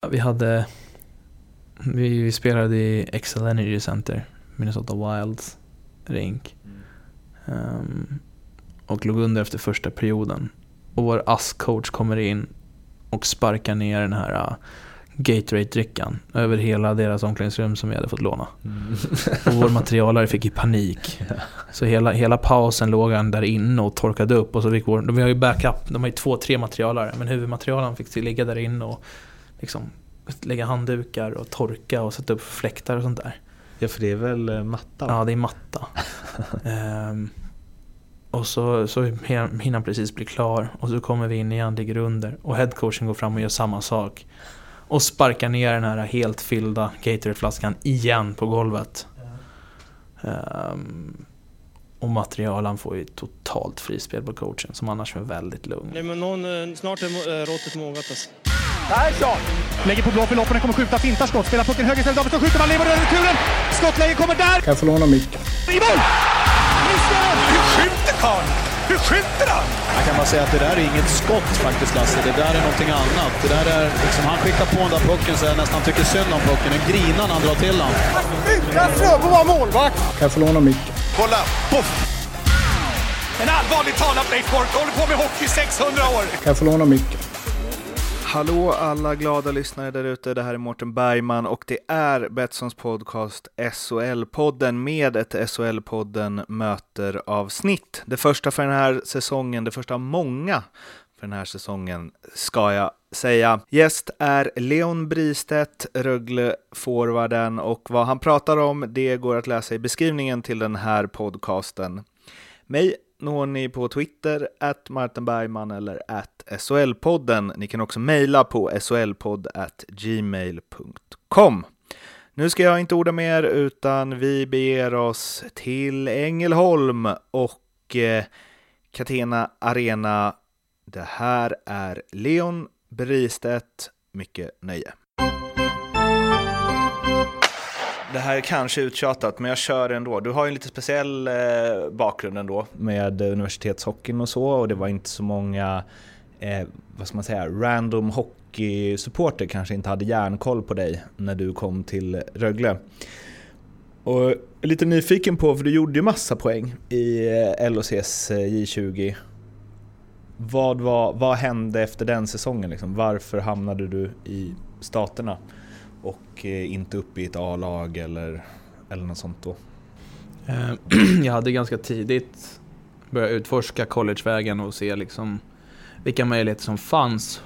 Vi spelade i XL Energy Center, Minnesota Wilds rink. Och låg under efter första perioden. Och vår ASS-coach kommer in och sparkar ner den här Gatorade-drickan över hela deras omklädningsrum som vi hade fått låna. Och vår materialare fick i panik. Så hela pausen låg han där inne och torkade upp. Och så fick de har ju backup, de har ju 2-3 materialare. Men huvudmaterialen fick ligga där inne och liksom lägga handdukar och torka och sätta upp fläktar och sånt där. Ja, för det är väl matta? Ja, det är matta. Och så hinner han precis bli klar. Och så kommer vi in igen, ligger under. Och headcoachen går fram och gör samma sak. Och sparkar ner den här helt fyllda Gatorade-flaskan igen på golvet. Och materialen får ju totalt frispel på coachen, som annars var väldigt lugn. Nej, men snart är råttet mogat alltså. Persson! Lägger på blå för loppen, kommer skjuta, fintar skott. Spelar pucken höger istället, Davidsson skjuter, man lever över returen. Skottläge kommer där! Kan jag få låna micken? I mål! Hur skjuter Karl? Hur skjuter han? Jag kan bara säga att det där är inget skott faktiskt, Lasse. Det där är någonting annat. Det där är liksom, han skickar på den där pucken så jag nästan tycker synd om pucken. En grinan han drar till han. Utan Fröbo var målvakt! Kan jag få låna micken? Kolla! Poff! En allvarlig talat Leif Boork håller på med hockey 600 år. Kan jag få låna micken? Hallå alla glada lyssnare där ute, det här är Mårten Bergman och det är Betssons podcast SHL-podden med ett SHL-podden möter-avsnitt. Det första för den här säsongen, det första av många för den här säsongen ska jag säga. Gäst är Leon Bristedt, Rögle-forwarden, och vad han pratar om det går att läsa i beskrivningen till den här podcasten. Mig når ni på Twitter @martinbergman eller @SHL-podden. Ni kan också mejla på shlpodd@gmail.com. Nu ska jag inte orda mer utan vi beger oss till Ängelholm och Catena Arena. Det här är Leon Bristedt. Mycket nöje. Det här är kanske uttjatat, men jag kör ändå. Du har ju en lite speciell bakgrund ändå med universitetshockeyn och så. Och det var inte så många, vad ska man säga, random hockey-supporter kanske inte hade järnkoll på dig när du kom till Rögle. Och jag är lite nyfiken på, för du gjorde ju massa poäng i LHCs J20. Vad hände efter den säsongen? Liksom? Varför hamnade du i staterna? Och inte upp i ett A-lag eller något sånt då? Jag hade ganska tidigt börjat utforska collegevägen och se liksom vilka möjligheter som fanns.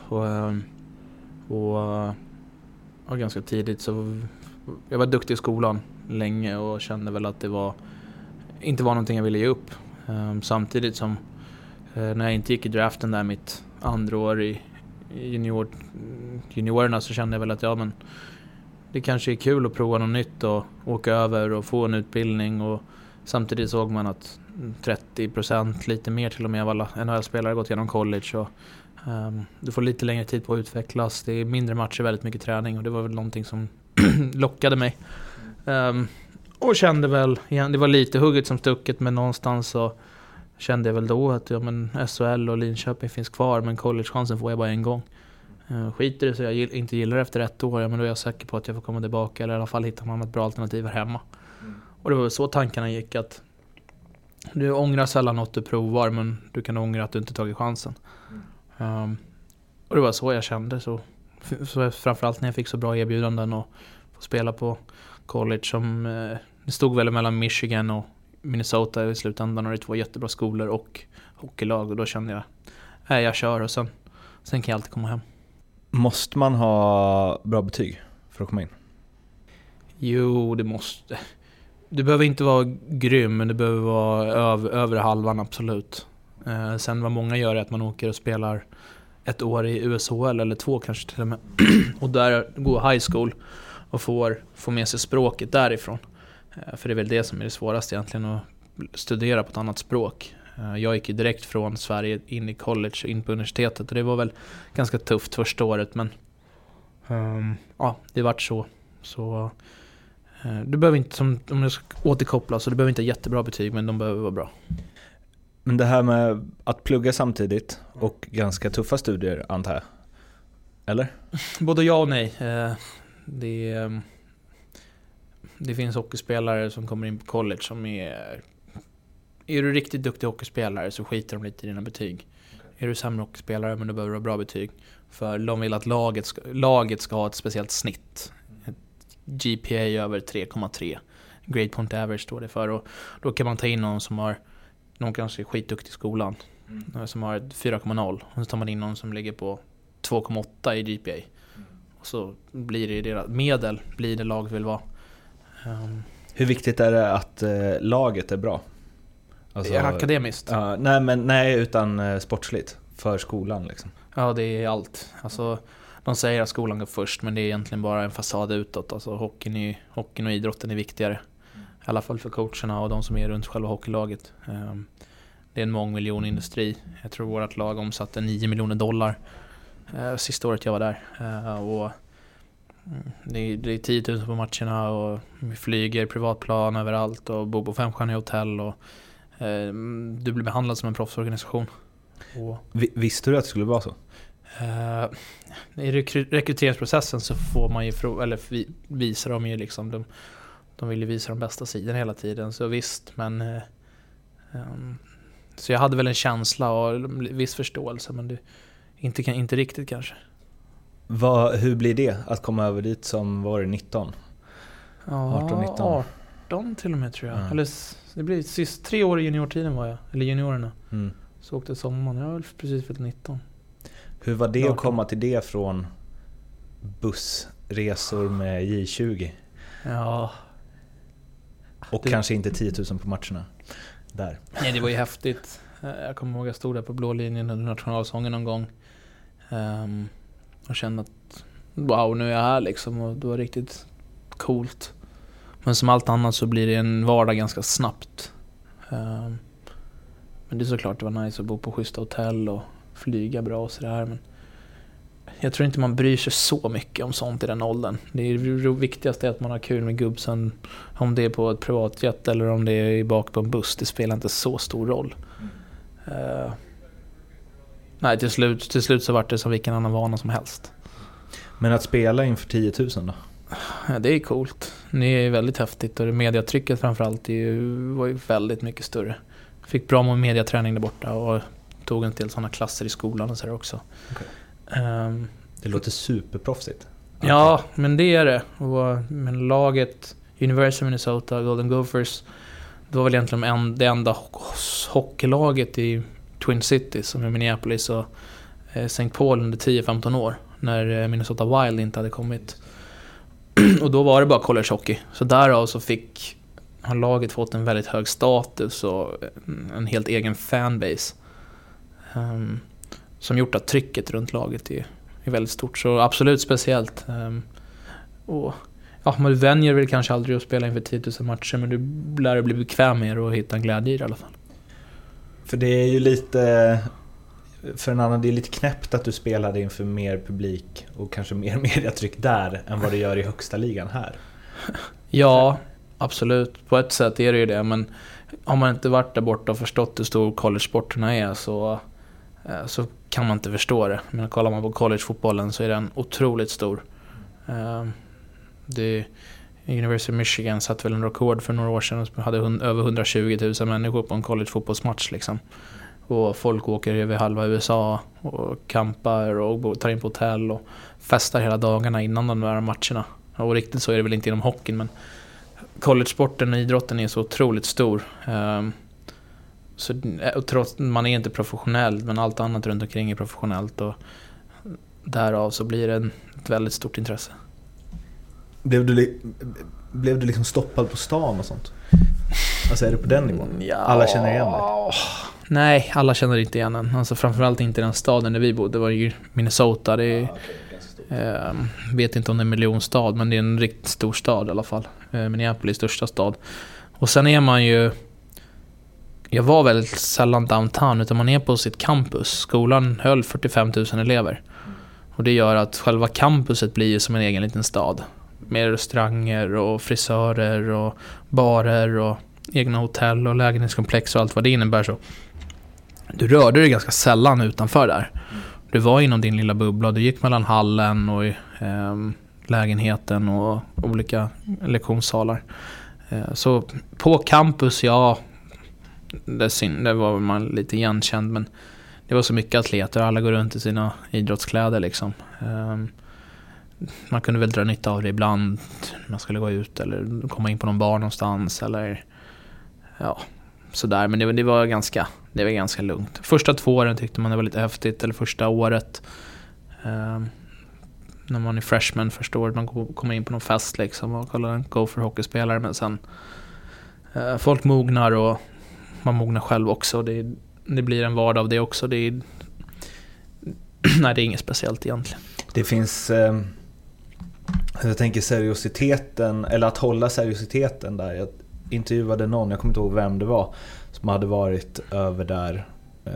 Och ganska tidigt så jag var duktig i skolan länge och kände väl att det inte var någonting jag ville ge upp. Samtidigt som när jag inte gick i draften där mitt andra år i juniorerna så kände jag väl att men det kanske är kul att prova något nytt och åka över och få en utbildning, och samtidigt såg man att 30% lite mer till och med av alla NHL-spelare gått igenom college, och du får lite längre tid på att utvecklas. Det är mindre matcher, väldigt mycket träning, och det var väl någonting som lockade mig. Och kände väl, det var lite hugget som stucket, men någonstans så kände jag väl då att SHL och Linköping finns kvar, men collegechansen får jag bara en gång. Skiter det så jag inte gillar efter 1 år, men då är jag säker på att jag får komma tillbaka, eller i alla fall hitta man ett bra alternativ här hemma. Och det var så tankarna gick, att du ångrar sällan något du provar, men du kan ångra att du inte tagit chansen. Och det var så jag kände, så framförallt när jag fick så bra erbjudanden och få spela på college som det stod väl mellan Michigan och Minnesota i slutändan, och det är 2 jättebra skolor och hockeylag, och då kände jag kör, och sen kan jag alltid komma hem. Måste man ha bra betyg för att komma in? Jo, det måste. Du behöver inte vara grym, men du behöver vara över halvan, absolut. Sen vad många gör är att man åker och spelar 1 år i USHL eller 2 kanske till och med. Och där går high school och får med sig språket därifrån. För det är väl det som är det svåraste egentligen, att studera på ett annat språk. Jag gick ju direkt från Sverige in i college och in på universitetet, och det var väl ganska tufft första året, men det vart så du behöver inte, om jag ska återkoppla, så du behöver inte ha jättebra betyg, men de behöver vara bra. Men det här med att plugga samtidigt och ganska tuffa studier, antar jag. Eller? Både ja och nej. Det finns hockeyspelare som kommer in på college som är du riktigt duktig hockeyspelare så skiter de lite i dina betyg. Är du sämre hockeyspelare men du behöver ha bra betyg. För de vill att laget ska ha ett speciellt snitt. Ett GPA över 3,3. Grade point average står det för. Och då kan man ta in någon kanske är skitduktig i skolan. Som har 4,0. Och så tar man in någon som ligger på 2,8 i GPA. Och så blir det deras medel, blir det lag vill vara. Hur viktigt är det att laget är bra? Alltså, akademiskt? Nej, utan sportsligt. För skolan liksom. Ja, det är allt. Alltså, de säger att skolan går först, men det är egentligen bara en fasad utåt. Alltså, hockeyn och idrotten är viktigare. I alla fall för coacherna och de som är runt själva hockeylaget. Det är en mångmiljonindustri. Jag tror vårt lag omsatte $9 miljoner sista året jag var där. Och det är 10 000 på matcherna och vi flyger privatplan överallt och bor på 5-stjärniga hotell och du blir behandlad som en proffsorganisation. Visste du att det skulle vara så? I rekryteringsprocessen så får man ju visar de ju liksom de vill ju visa de bästa sidan hela tiden, så visst, men så jag hade väl en känsla och viss förståelse, men det inte riktigt kanske. Hur blir det att komma över dit som var det 19? 18-19? 18 till och med tror jag. Eller det blir sist 3 år i juniortiden var jag, eller juniorerna. Så åkte sommaren, jag var precis fyllt 19. Hur var det att komma till det från bussresor med J20? Ja. Och kanske inte 10 000 på matcherna där. Nej, det var ju häftigt. Jag kommer ihåg att jag stod där på blå linjen under nationalsången någon gång. Och kände att wow, nu är jag här liksom, och det var riktigt coolt. Men som allt annat så blir det en vardag ganska snabbt. Men det är såklart det var nice att bo på schyssta hotell och flyga bra och sådär, men jag tror inte man bryr sig så mycket om sånt i den åldern. Det viktigaste är att man har kul med gubbsen. Om det är på ett privatjet eller om det är bak på en buss, det spelar inte så stor roll. Nej, till slut så var det som vilken annan vana som helst. Men att spela inför 10 000 då? Ja, det är coolt. Det är väldigt häftigt och det mediatrycket framförallt var ju väldigt mycket större. Jag fick bra med mediaträning där borta och tog en del sådana klasser i skolan och så där också. Okay. Det låter superproffsigt. Ja, men det är det. Men laget University of Minnesota, Golden Gophers, det var väl egentligen det enda hockeylaget i Twin Cities som är Minneapolis och St. Paul under 10-15 år när Minnesota Wild inte hade kommit. Och då var det bara college hockey. Så därav så har laget fått en väldigt hög status och en helt egen fanbase. Som gjort att trycket runt laget är väldigt stort. Så absolut speciellt. Och ja, man vänjer väl kanske aldrig att spela inför 10 000 matcher, men du lär bli bekväm med och hitta en glädje i det i alla fall. För det är ju lite, för en annan, det är lite knäppt att du spelade inför mer publik och kanske mer mediatryck där än vad det gör i högsta ligan här. Ja, absolut. På ett sätt är det ju det, men har man inte varit där borta och förstått hur stor college-sporterna är så kan man inte förstå det. Men kollar man på college-fotbollen så är den otroligt stor. University of Michigan satt väl en rekord för några år sedan och hade över 120 000 människor på en college-fotbollsmatch liksom. Och folk åker över halva USA och campar och tar in på hotell och festar hela dagarna innan de där matcherna. Och riktigt så är det väl inte inom hockeyn, men college-sporten och idrotten är så otroligt stor. Så trots man är inte professionell, men allt annat runt omkring är professionellt, och därav så blir det ett väldigt stort intresse. Blev du liksom stoppad på stan och sånt? Alltså är det på den nivån? Ja. Alla känner igen dig? Nej, alla känner inte igen den. Alltså framförallt inte den staden där vi bodde. Det var ju Minnesota. Det är, vet inte om det är en miljonstad, men det är en riktigt stor stad i alla fall. Minneapolis största stad. Och sen är man ju... Jag var väldigt sällan downtown, utan man är på sitt campus. Skolan höll 45 000 elever. Och det gör att själva campuset blir som en egen liten stad. Med restauranger och frisörer och barer och egna hotell och lägenhetskomplex och allt vad det innebär. Så du rörde dig ganska sällan utanför där. du var inom din lilla bubbla. Du gick mellan hallen och lägenheten och olika lektionssalar. Så på campus, ja, det var man lite igenkänd, men det var så mycket atleter. Alla går runt i sina idrottskläder liksom. Man kunde väl dra nytta av det ibland. Man skulle gå ut eller komma in på någon bar någonstans eller ja, sådär. Men det var ganska lugnt. Första 2 åren tyckte man det var lite häftigt. Eller första året när man är freshman, första året man kommer in på någon fest liksom och kollar en Gopher hockeyspelare. Men sen folk mognar och man mognar själv också. Det blir en vardag av det också. Nej, det är inget speciellt egentligen. Det finns, jag tänker seriositeten, eller att hålla seriositeten där. Jag intervjuade någon, jag kommer inte ihåg vem det var, som hade varit över där.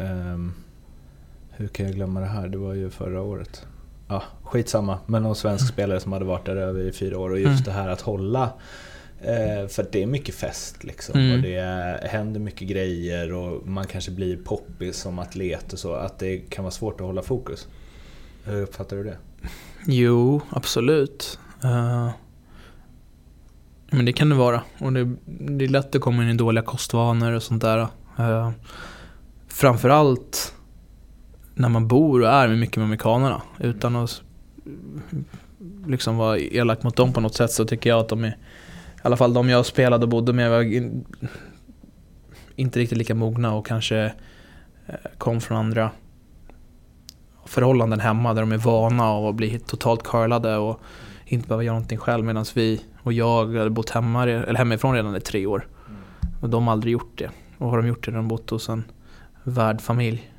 Hur kan jag glömma det här? Det var ju förra året. Ja, skitsamma. Men någon svensk spelare som hade varit där över i 4 år. Och just det här att hålla, för det är mycket fest liksom. Och det händer mycket grejer och man kanske blir poppig som atlet och så. Att det kan vara svårt att hålla fokus. Hur uppfattar du det? Jo, absolut. Men det kan det vara. Och det är lätt att komma in i dåliga kostvanor och sånt där. Framförallt när man bor och är mycket med amerikanerna. Utan att liksom vara elak mot dem på något sätt, så tycker jag att de är, i alla fall de jag spelade och bodde med, var inte riktigt lika mogna och kanske kom från andra förhållanden hemma där de är vana av att bli totalt curlade och inte behöva göra någonting själv, medan vi och jag hade bott hemifrån redan i 3 år. Och de har aldrig gjort det. Och har de gjort det när de bott hos en värdfamilj.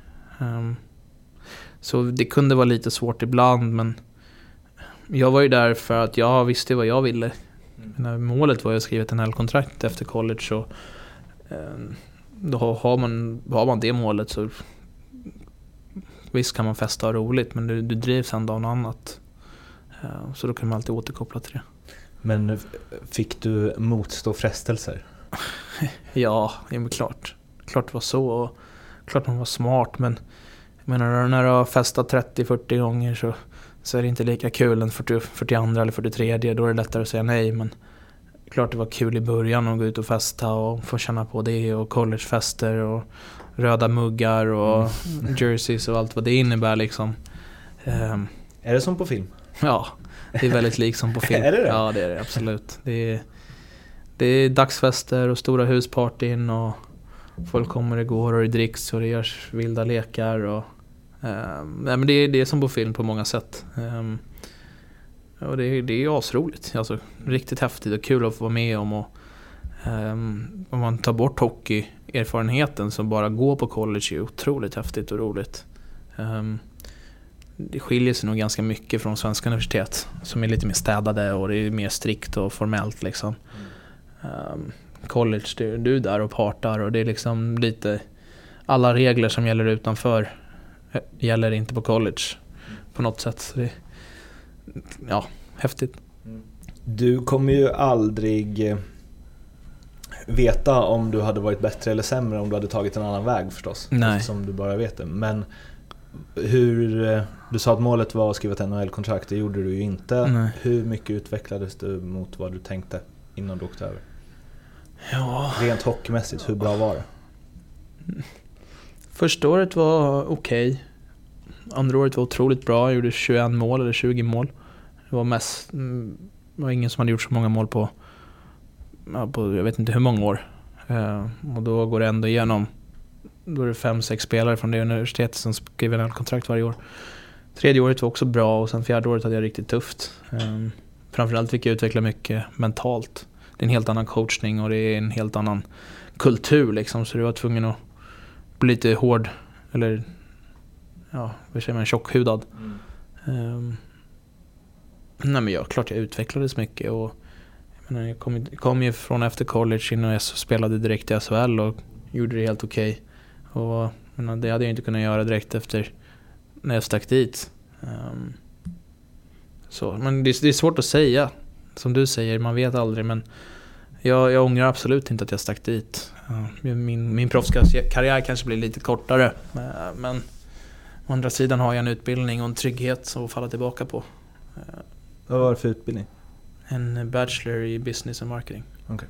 Så det kunde vara lite svårt ibland, men jag var ju där för att jag visste vad jag ville. Målet var ju att skriva ett NHL-kontrakt efter college, och då har man det målet, så visst kan man festa och roligt, men du drivs ändå av något annat. Så då kan man alltid återkoppla till det. Men fick du motstå frestelser? Ja, men klart. Klart det var så, och klart man var smart, men jag menar, när du har festat 30-40 gånger så är det inte lika kul än 42 eller 43. Då är det lättare att säga nej, men klart det var kul i början att gå ut och festa och få känna på det, och collegefester och röda muggar och jerseys och allt vad det innebär liksom. Är det som på film? Ja, det är väldigt likt som på film. Är det? Ja, det är det absolut. Det är dagsfester och stora huspartyn, och folk kommer och går och det dricks och det görs vilda lekar och nej, men det är som på film på många sätt. Och det är asroligt, alltså riktigt häftigt och kul att få vara med om. Och om man tar bort hockeyerfarenheten som bara går på college, är otroligt häftigt och roligt. Det skiljer sig nog ganska mycket från svenska universitet som är lite mer städade och det är mer strikt och formellt liksom. College, du är där och partar, och det är liksom lite alla regler som gäller utanför gäller inte på college på något sätt. Så det, ja, häftigt. Du kommer ju aldrig veta om du hade varit bättre eller sämre om du hade tagit en annan väg förstås. Nej. Som du bara vet det. Men du sa att målet var att skriva ett NHL-kontrakt, det gjorde du ju inte. Nej. Hur mycket utvecklades du mot vad du tänkte innan du åkte över? Ja. Rent hockeymässigt, hur bra var det? Första året var okej. Andra året var otroligt bra. Jag gjorde 21 mål eller 20 mål. Det var ingen som hade gjort så många mål på jag vet inte hur många år. Och då går det ändå igenom. Då är det 5-6 spelare från det universitetet som skriver NHL-kontrakt varje år. 3:e året var också bra, och sen 4:e året hade jag riktigt tufft. Framförallt fick jag utveckla mycket mentalt. Det är en helt annan coachning och det är en helt annan kultur liksom, så du var tvungen att bli lite hård, eller ja, vad säger man, tjockhudad. Nej, men klart jag utvecklades mycket, och jag kom ju från efter college innan jag spelade direkt i SHL och gjorde det helt okej. Och det hade jag inte kunnat göra direkt efter när jag stack dit. Så, men det är svårt att säga. Som du säger, man vet aldrig, men jag ångrar absolut inte att jag stack dit. Min proffskarriär kanske blir lite kortare, men Å andra sidan har jag en utbildning och en trygghet att falla tillbaka på. Vad var det för utbildning? En bachelor i business and marketing. Okay.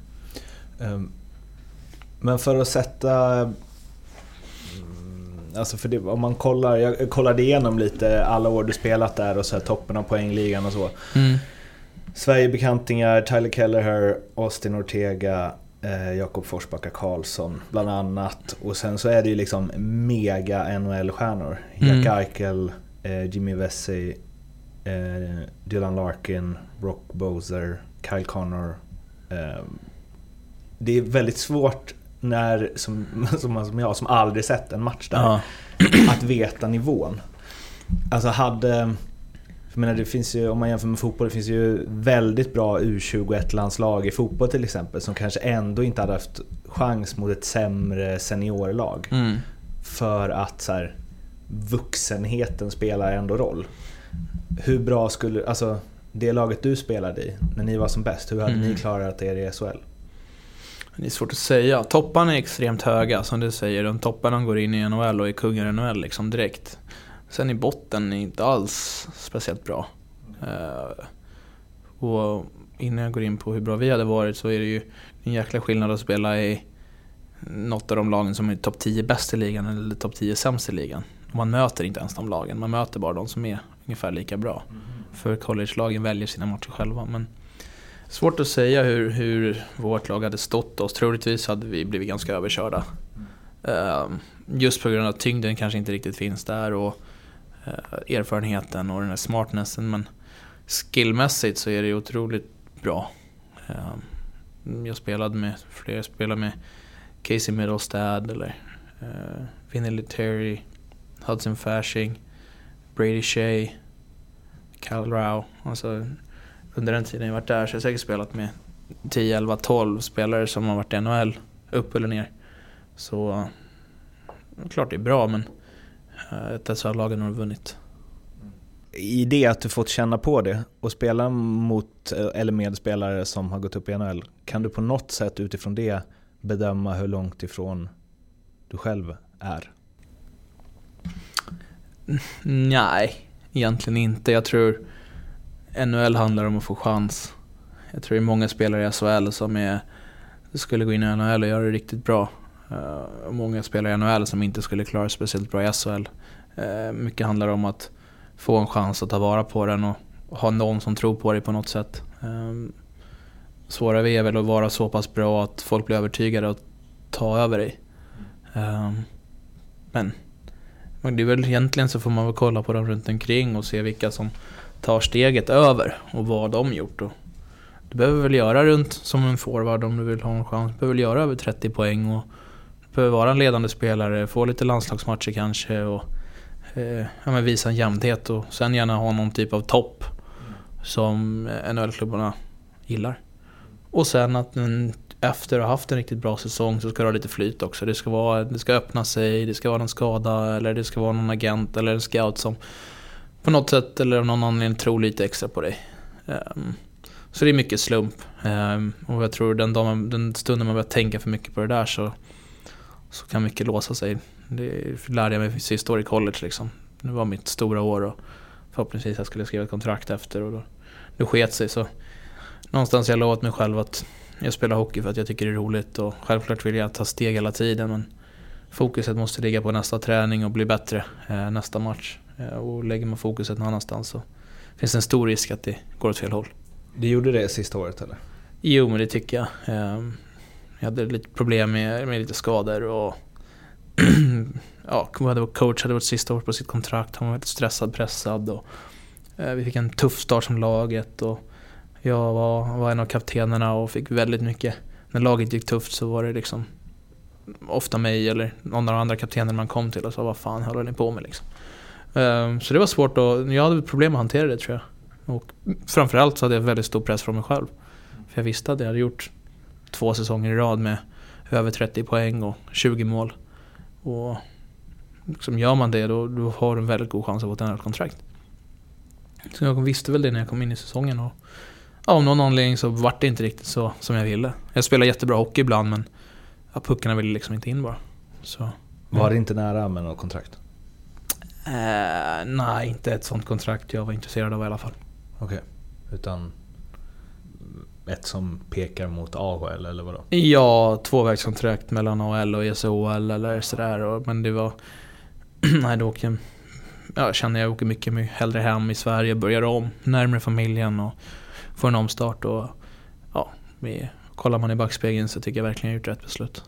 Men för att sätta... Alltså för det, om man kollar, jag kollade igenom lite alla år du spelat där och så här toppen av poängligan och så. Sverigebekantingar, Tyler Kelleher, Austin Ortega, Jakob Forsbacka Karlsson bland annat. Och sen så är det ju liksom mega NHL-stjärnor. Jack Eichel, Jimmy Vesey, Dylan Larkin, Brock Boser, Kyle Connor. Det är väldigt svårt när som jag som aldrig sett en match där att veta nivån. Alltså jag menar, det finns ju, om man jämför med fotboll, det finns ju väldigt bra U21-landslag i fotboll till exempel som kanske ändå inte hade haft chans mot ett sämre seniorlag. För att så här, vuxenheten spelar ändå roll. Hur bra skulle, alltså det laget du spelade i när ni var som bäst, hur hade ni klarat er i SHL? Det är svårt att säga. Topparna är extremt höga, som du säger. De topparna går in i NHL och är kungar i NHL liksom direkt. Sen i botten är inte alls speciellt bra. Och innan jag går in på hur bra vi hade varit så är det ju en jäkla skillnad att spela i något av de lagen som är topp 10 bäst i ligan eller topp 10 sämst i ligan. Och man möter inte ens de lagen. Man möter bara de som är ungefär lika bra. För college-lagen väljer sina matcher själva. Men svårt att säga hur vårt lag hade stått oss. Troligtvis hade vi blivit ganska överkörda. Just på grund av att tyngden kanske inte riktigt finns där och erfarenheten och den här smartnessen. Men skillmässigt så är det otroligt bra. Jag spelade med Casey Middlestad eller Vinny Lettieri, Hudson Fasching, Brady Shea, Cal Rao. Alltså, under den tiden jag varit där så har jag säkert spelat med 10, 11, 12 spelare som har varit i NHL upp eller ner. Så klart det är bra, men SHL-lagen har vunnit. I det att du fått känna på det och spela mot eller med spelare som har gått upp i NHL, kan du på något sätt utifrån det bedöma hur långt ifrån du själv är? Nej, egentligen inte. Jag tror NHL handlar om att få chans. Jag tror det är många spelare i SHL som skulle gå in i NHL och göra det riktigt bra. Och många spelare i NHL som inte skulle klara speciellt bra i SHL. Mycket handlar om att få en chans att ta vara på den och ha någon som tror på dig på något sätt. Svårare är väl att vara så pass bra att folk blir övertygade och ta över dig. Men det är väl egentligen så får man väl kolla på dem runt omkring och se vilka som tar steget över och vad de gjort. Och du behöver väl göra runt som en forward om du vill ha en chans. Du behöver väl göra över 30 poäng och du behöver vara en ledande spelare, få lite landslagsmatcher kanske och visa en jämnhet och sen gärna ha någon typ av topp som NHL-klubbarna gillar. Och sen att efter att ha haft en riktigt bra säsong så ska du ha lite flyt också. Det ska öppna sig, det ska vara en skada eller det ska vara någon agent eller en scout som på något sätt eller av någon anledning tror lite extra på dig. Så det är mycket slump. Och jag tror den stunden man börjar tänka för mycket på det där så kan mycket låsa sig. Det lärde jag mig sista år i college liksom. Det var mitt stora år och förhoppningsvis jag skulle skriva ett kontrakt efter och då sket sig. Så någonstans jag lovat mig själv att jag spelar hockey för att jag tycker det är roligt och självklart vill jag ta steg hela tiden, men fokuset måste ligga på nästa träning och bli bättre nästa match. Och lägger man fokuset någon annanstans så finns det en stor risk att det går åt fel håll. Det gjorde det sista året eller? Jo, men det tycker jag. Jag hade lite problem med lite skador och coach hade varit sista år på sitt kontrakt. Han var väldigt stressad, pressad och vi fick en tuff start som laget och jag var en av kaptenerna och fick väldigt mycket. När laget gick tufft så var det liksom ofta mig eller någon av de andra kaptenerna man kom till och sa vad fan håller ni på med liksom. Så det var svårt och jag hade problem att hantera det tror jag. Och framförallt så hade jag väldigt stor press från mig själv. För jag visste att jag hade gjort 2 säsonger i rad med över 30 poäng och 20 mål. Och liksom gör man det då har du en väldigt god chans att få ett kontrakt. Så jag visste väl det när jag kom in i säsongen och av någon anledning så var det inte riktigt så som jag ville. Jag spelar jättebra hockey ibland men puckarna ville liksom inte in bara. Så, var det inte nära med något kontrakt? Nej, inte ett sånt kontrakt jag var intresserad av i alla fall. Okej. Utan ett som pekar mot AHL eller vadå? Ja, 2-vägskontrakt mellan AHL och ECHL eller sådär. Men det var... Nej, då åker jag känner jag åker mycket hellre hem i Sverige, börjar om närmare familjen och får en omstart. Och ja, kollar man i backspegeln så tycker jag verkligen jag gjort rätt beslut.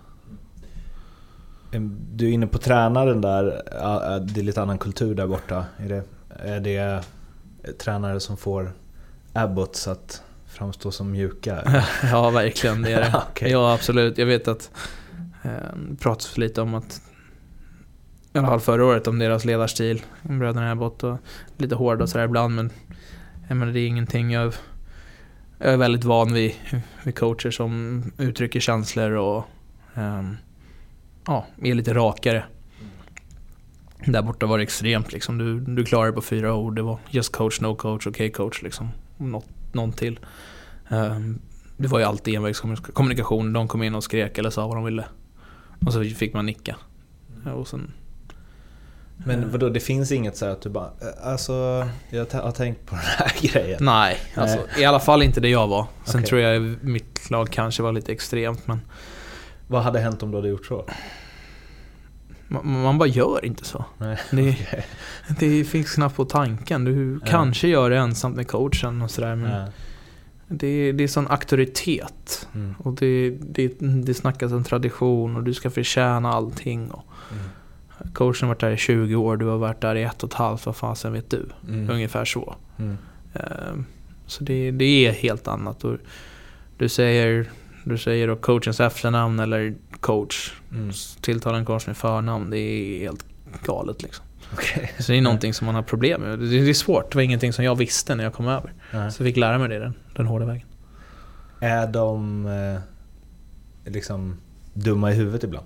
Du är inne på tränaren där. Det är lite annan kultur där borta. Är det tränare som får Abbots att framstå som mjuka? Ja, verkligen, det är det. Okay. Ja, absolut. Jag vet att pratas lite om att i alla fall förra året om deras ledarstil, bröderna Abbott, och lite hård och sådär ibland, men jag menar, det är ingenting. Jag är väldigt van vid coacher som uttrycker känslor och är lite rakare. Där borta var det extremt liksom. Du klarar det på 4 ord. Det var just coach, no coach, okay coach liksom. Någon till. Det var ju alltid envägskommunikation. De kom in och skrek eller sa vad de ville. Och så fick man nicka. Och sen... Men vadå, det finns inget så här att du bara, alltså jag har tänkt på den här grejen? Nej, alltså, i alla fall inte det jag var. Sen tror jag mitt lag kanske var lite extremt, men... Vad hade hänt om du hade gjort så? Man bara gör inte så. Nej. Det finns knappt på tanken. Du kanske gör det ensamt med coachen och sådär, men det är sån auktoritet. Och det snackas om tradition och du ska förtjäna allting. Och coachen har varit där i 20 år, du har varit där i 1,5, vad fan sen vet du. Ungefär så. Så det är helt annat. Och du säger då coachens efternamn eller coach, tilltalar en coach med förnamn, det är helt galet liksom. Okay. Så det är någonting som man har problem med. Det är svårt, det var ingenting som jag visste när jag kom över. Så jag fick lära mig det den hårda vägen. Är de liksom dumma i huvudet ibland?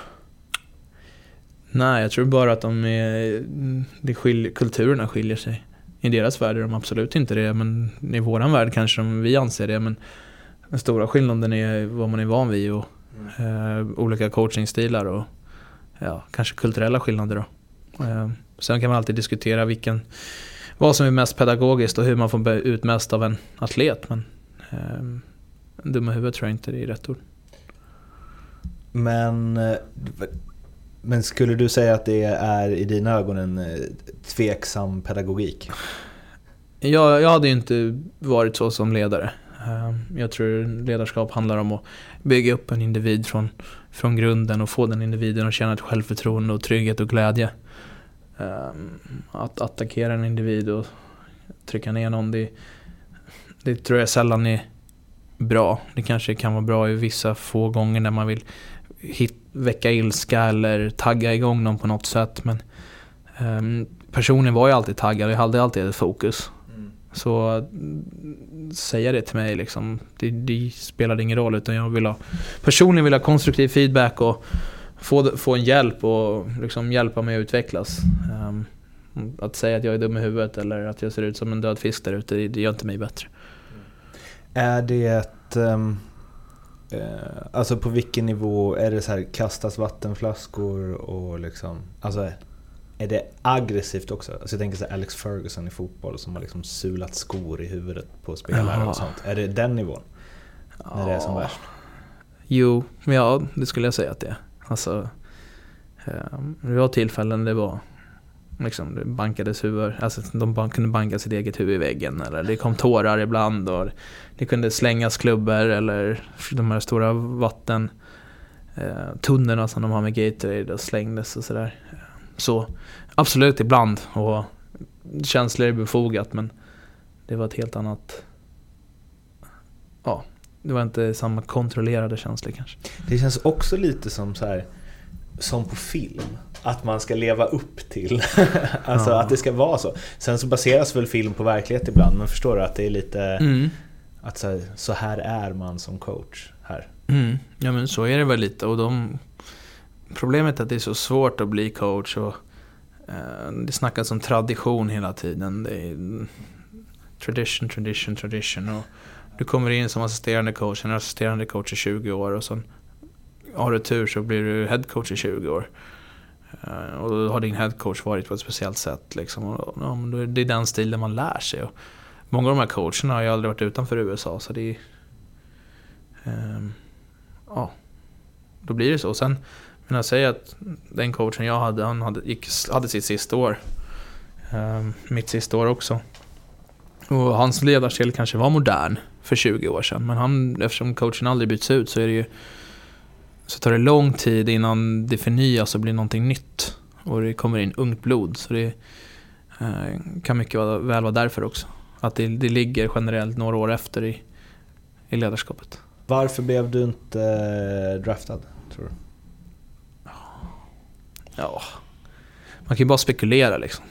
Nej, jag tror bara att kulturerna skiljer sig. I deras värld är de absolut inte det, men i våran värld kanske vi anser det, men den stora skillnaden är vad man är van vid och olika coachingstilar och kanske kulturella skillnader då. Sen kan man alltid diskutera vad som är mest pedagogiskt och hur man får ut mest av en atlet, men dumma huvud tror jag inte det är rätt ord. Men skulle du säga att det är i dina ögon en tveksam pedagogik? Jag hade ju inte varit så som ledare. Jag tror ledarskap handlar om att bygga upp en individ från grunden och få den individen att känna ett självförtroende och trygghet och glädje. Att attackera en individ och trycka ner någon, det tror jag sällan är bra. Det kanske kan vara bra i vissa få gånger när man vill väcka ilska eller tagga igång någon på något sätt, men personen var ju alltid taggad och hade alltid ett fokus. Så säga det till mig liksom, det spelade ingen roll, utan personligen vill ha konstruktiv feedback och få en hjälp och liksom hjälpa mig att utvecklas. Att säga att jag är dum i huvudet eller att jag ser ut som en död fisk där ute, det gör inte mig bättre. Är det alltså på vilken nivå är det så här, kastas vattenflaskor och liksom, alltså är det aggressivt också? Alltså jag tänker så här, Alex Ferguson i fotboll som har liksom sulat skor i huvudet på spelare och sånt. Är det den nivån? När det är som värst? Jo, det skulle jag säga att det är. Alltså, det var tillfällen det var liksom, det bankades huvud, alltså de kunde banka sitt eget huvud i väggen, eller det kom tårar ibland och det kunde slängas klubbor eller de här stora vattentunnorna som de har med Gatorade och slängdes och sådär. Så absolut ibland, och känslor är befogat, men det var ett helt annat, det var inte samma kontrollerade känslor kanske. Det känns också lite som så här, som på film, att man ska leva upp till alltså att det ska vara så. Sen så baseras väl film på verklighet ibland, men förstår du att det är lite att så här är man som coach här. Ja, men så är det väl lite, och problemet är att det är så svårt att bli coach, och det snackas om tradition hela tiden. Det är tradition, och du kommer in som assisterande coach i 20 år, och så har du tur så blir du head coach i 20 år. Och då har din headcoach varit på ett speciellt sätt liksom. Och, ja, men det är den stilen man lär sig. Och många av de här coacherna har ju aldrig varit utanför USA, så det är ja, då blir det så. Sen men jag säger att den coachen jag hade, han hade sitt sista år, mitt sista år också, och hans ledarstil kanske var modern för 20 år sedan, men eftersom coachen aldrig byts ut, så är det ju, så tar det lång tid innan det förnyas och blir någonting nytt, och det kommer in ungt blod, så det kan mycket väl vara därför också, att det ligger generellt några år efter i ledarskapet. Varför blev du inte draftad, tror du? Ja, man kan ju bara spekulera liksom.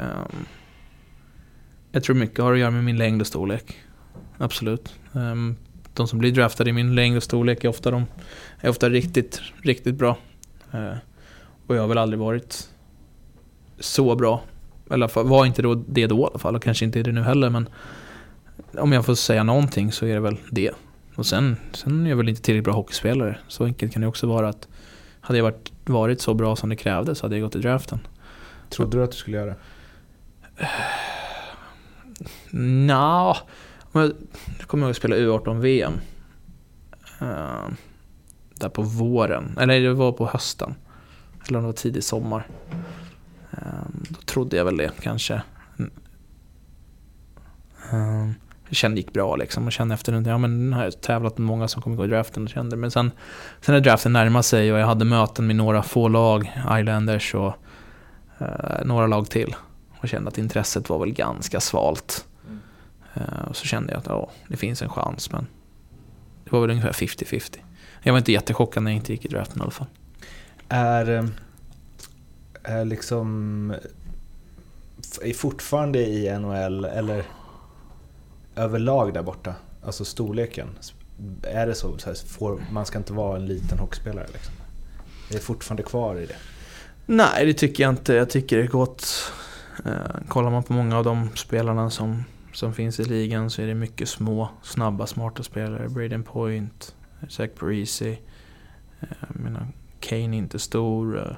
Jag tror mycket har att göra med min längd och storlek. Absolut. De som blir draftade i min längd och storlek är ofta riktigt, riktigt bra. Och jag har väl aldrig varit så bra. Eller var inte det då i alla fall, och kanske inte är det nu heller, men om jag får säga någonting så är det väl det. Och sen är jag väl inte tillräckligt bra hockeyspelare. Så enkelt kan det också vara, att hade jag varit så bra som det krävdes, så hade jag gått i draften. Trodde du att du skulle göra det? Nja, jag kommer ihåg att spela U18-VM där på våren, eller det var på hösten, eller om det var tidig sommar. Då trodde jag väl det kanske. Jag kände det gick bra liksom, och kände efter ja, men har jag tävlat med många som kommer gå i draften, och kände, men sen när draften närmade sig och jag hade möten med några få lag, Islanders och några lag till, och kände att intresset var väl ganska svalt. Och så kände jag att det finns en chans, men det var väl ungefär 50-50. Jag var inte jättechockad när jag inte gick i draften i alla fall. Är liksom är fortfarande i NHL eller överlag där borta, alltså storleken, är det så här, man ska inte vara en liten hockeyspelare liksom? Är det fortfarande kvar i det? Nej, det tycker jag inte. Jag tycker det är gott. Kollar man på många av de spelarna som finns i ligan, så är det mycket små, snabba, smarta spelare. Braden Point, Zach Parise, Kane är inte stor,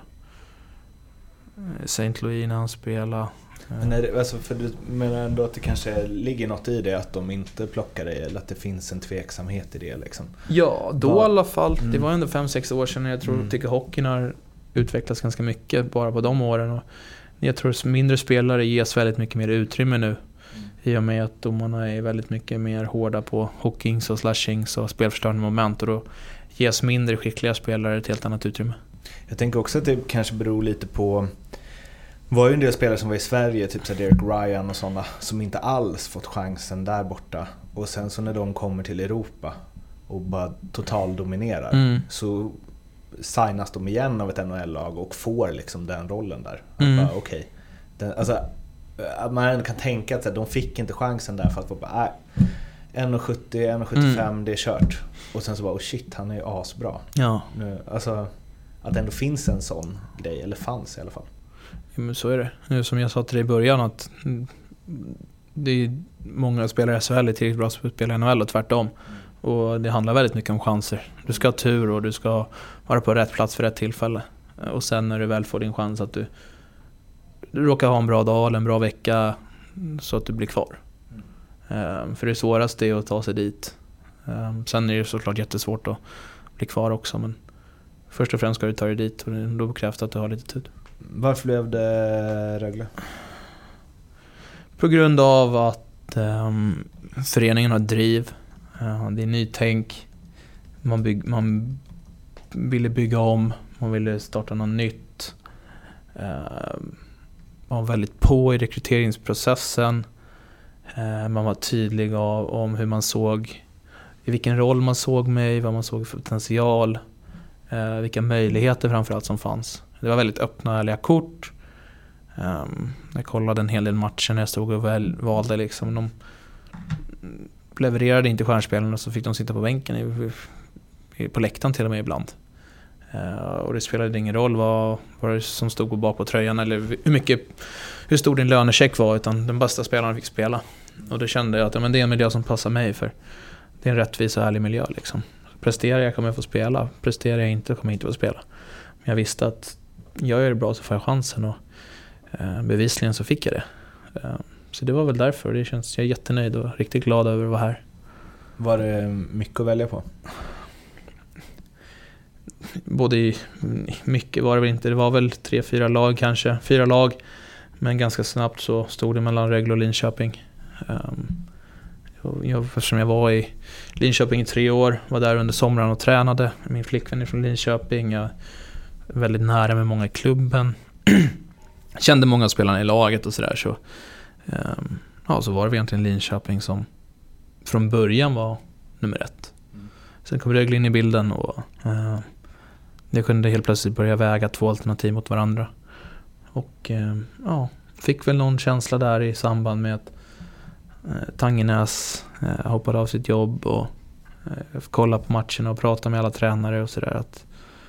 St. Louis när han spelar. Men är det, alltså, för du menar ändå att det kanske ligger något i det, att de inte plockar dig, eller att det finns en tveksamhet i det liksom? Ja, då i alla fall. Det var ändå 5-6 år sedan. Jag tycker hockeyn har utvecklats ganska mycket bara på de åren, och jag tror mindre spelare ges väldigt mycket mer utrymme nu, i och med att domarna är väldigt mycket mer hårda på hookings och slashings och spelförstörande moment, och då ges mindre skickliga spelare ett helt annat utrymme. Jag tänker också att det kanske beror lite på, var ju en del spelare som var i Sverige, typ så Derek Ryan och sådana, som inte alls fått chansen där borta, och sen så när de kommer till Europa och bara totaldominerar, så signas de igen av ett NHL-lag och får liksom den rollen där. Okej. Alltså, att man kan tänka att de fick inte chansen där för att bara 1,70, 1,75, det är kört. Och sen så bara, shit, han är ju asbra. Ja. Nu, alltså, att det ändå finns en sån grej, eller fanns i alla fall. Ja, men så är det. Nu som jag sa till dig i början, att det är många spelare i SHL är tillräckligt bra att spela i NHL och tvärtom. Och det handlar väldigt mycket om chanser. Du ska ha tur och du ska vara på rätt plats för rätt tillfälle. Och sen när du väl får din chans att du råkar ha en bra dag eller en bra vecka, så att du blir kvar. För det svåraste är att ta sig dit. Sen är det såklart jättesvårt att bli kvar också, men först och främst ska du ta dig dit, och då krävs det att du har lite tid. Varför blev det Rögle? På grund av att föreningen har driv. Det är nytänk. Man ville bygga om. Man ville starta något nytt. Man var väldigt på i rekryteringsprocessen. Man var tydlig om hur man såg, i vilken roll man såg mig, vad man såg för potential, vilka möjligheter framförallt som fanns. Det var väldigt öppna, ärliga kort. Jag kollade en hel del matcher när jag stod och valde liksom. De levererade inte stjärnspelarna, så fick de sitta på bänken på läktaren till och med ibland. Och det spelade ingen roll vad det som stod på bak på tröjan eller hur stor din lönecheck var, utan den bästa spelarna fick spela. Och då kände jag att det är en miljö som passar mig, för det är en rättvis och ärlig miljö liksom. Presterar jag kommer jag få spela, presterar jag inte kommer jag inte få spela. Men jag visste att gör jag det bra så får jag chansen, och bevisligen så fick jag det. Så det var väl därför. Jag är jättenöjd och riktigt glad över att vara här. Var det mycket att välja på? Både mycket var det väl inte. Det var väl 3-4 lag kanske. 4 lag. Men ganska snabbt så stod det mellan Rögle och Linköping. Eftersom jag var i Linköping i 3 år, var där under sommaren och tränade. Min flickvän är från Linköping. Jag är väldigt nära med många i klubben. Kände många spelarna i laget och sådär. Så var det egentligen Linköping som från början var nummer 1. Sen kom Rögle in i bilden, och det kunde helt plötsligt börja väga 2 alternativ mot varandra. Och fick väl någon känsla där i samband med att Tangenäs hoppade av sitt jobb, och kolla på matchen och prata med alla tränare och sådär, att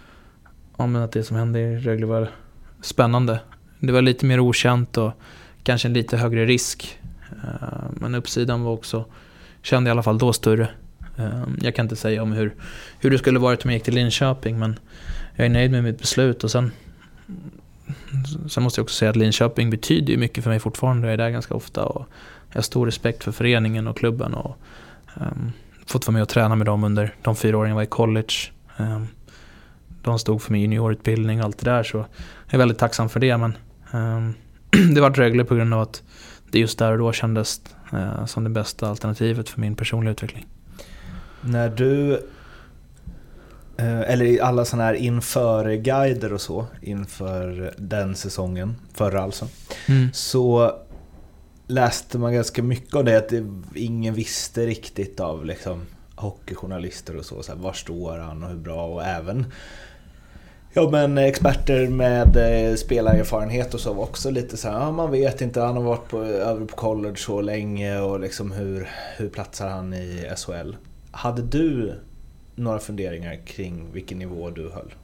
det som hände i Rögle var spännande. Det var lite mer okänt och kanske en lite högre risk, men uppsidan var också, kände i alla fall då, större. Jag kan inte säga om hur det skulle varit om jag gick till Linköping, men jag är nöjd med mitt beslut. Och sen måste jag också säga att Linköping betyder ju mycket för mig fortfarande. Jag är där ganska ofta, och jag har stor respekt för föreningen och klubben, och fått vara med och träna med dem under de 4 åren jag var i college. De stod för min juniorutbildning och allt det där, så jag är väldigt tacksam för det. Men det var Rögle på grund av att det just där och då kändes som det bästa alternativet för min personliga utveckling. När du eller i alla såna här inför guider och så inför den säsongen, förra alltså, så läste man ganska mycket av det, att ingen visste riktigt av liksom hockeyjournalister och så här, var står han och hur bra, och även men experter med spelarerfarenhet och så var också lite så här, man vet inte, han har varit över på college så länge, och liksom hur platsar han i SHL? Hade du några funderingar kring vilken nivå du höll?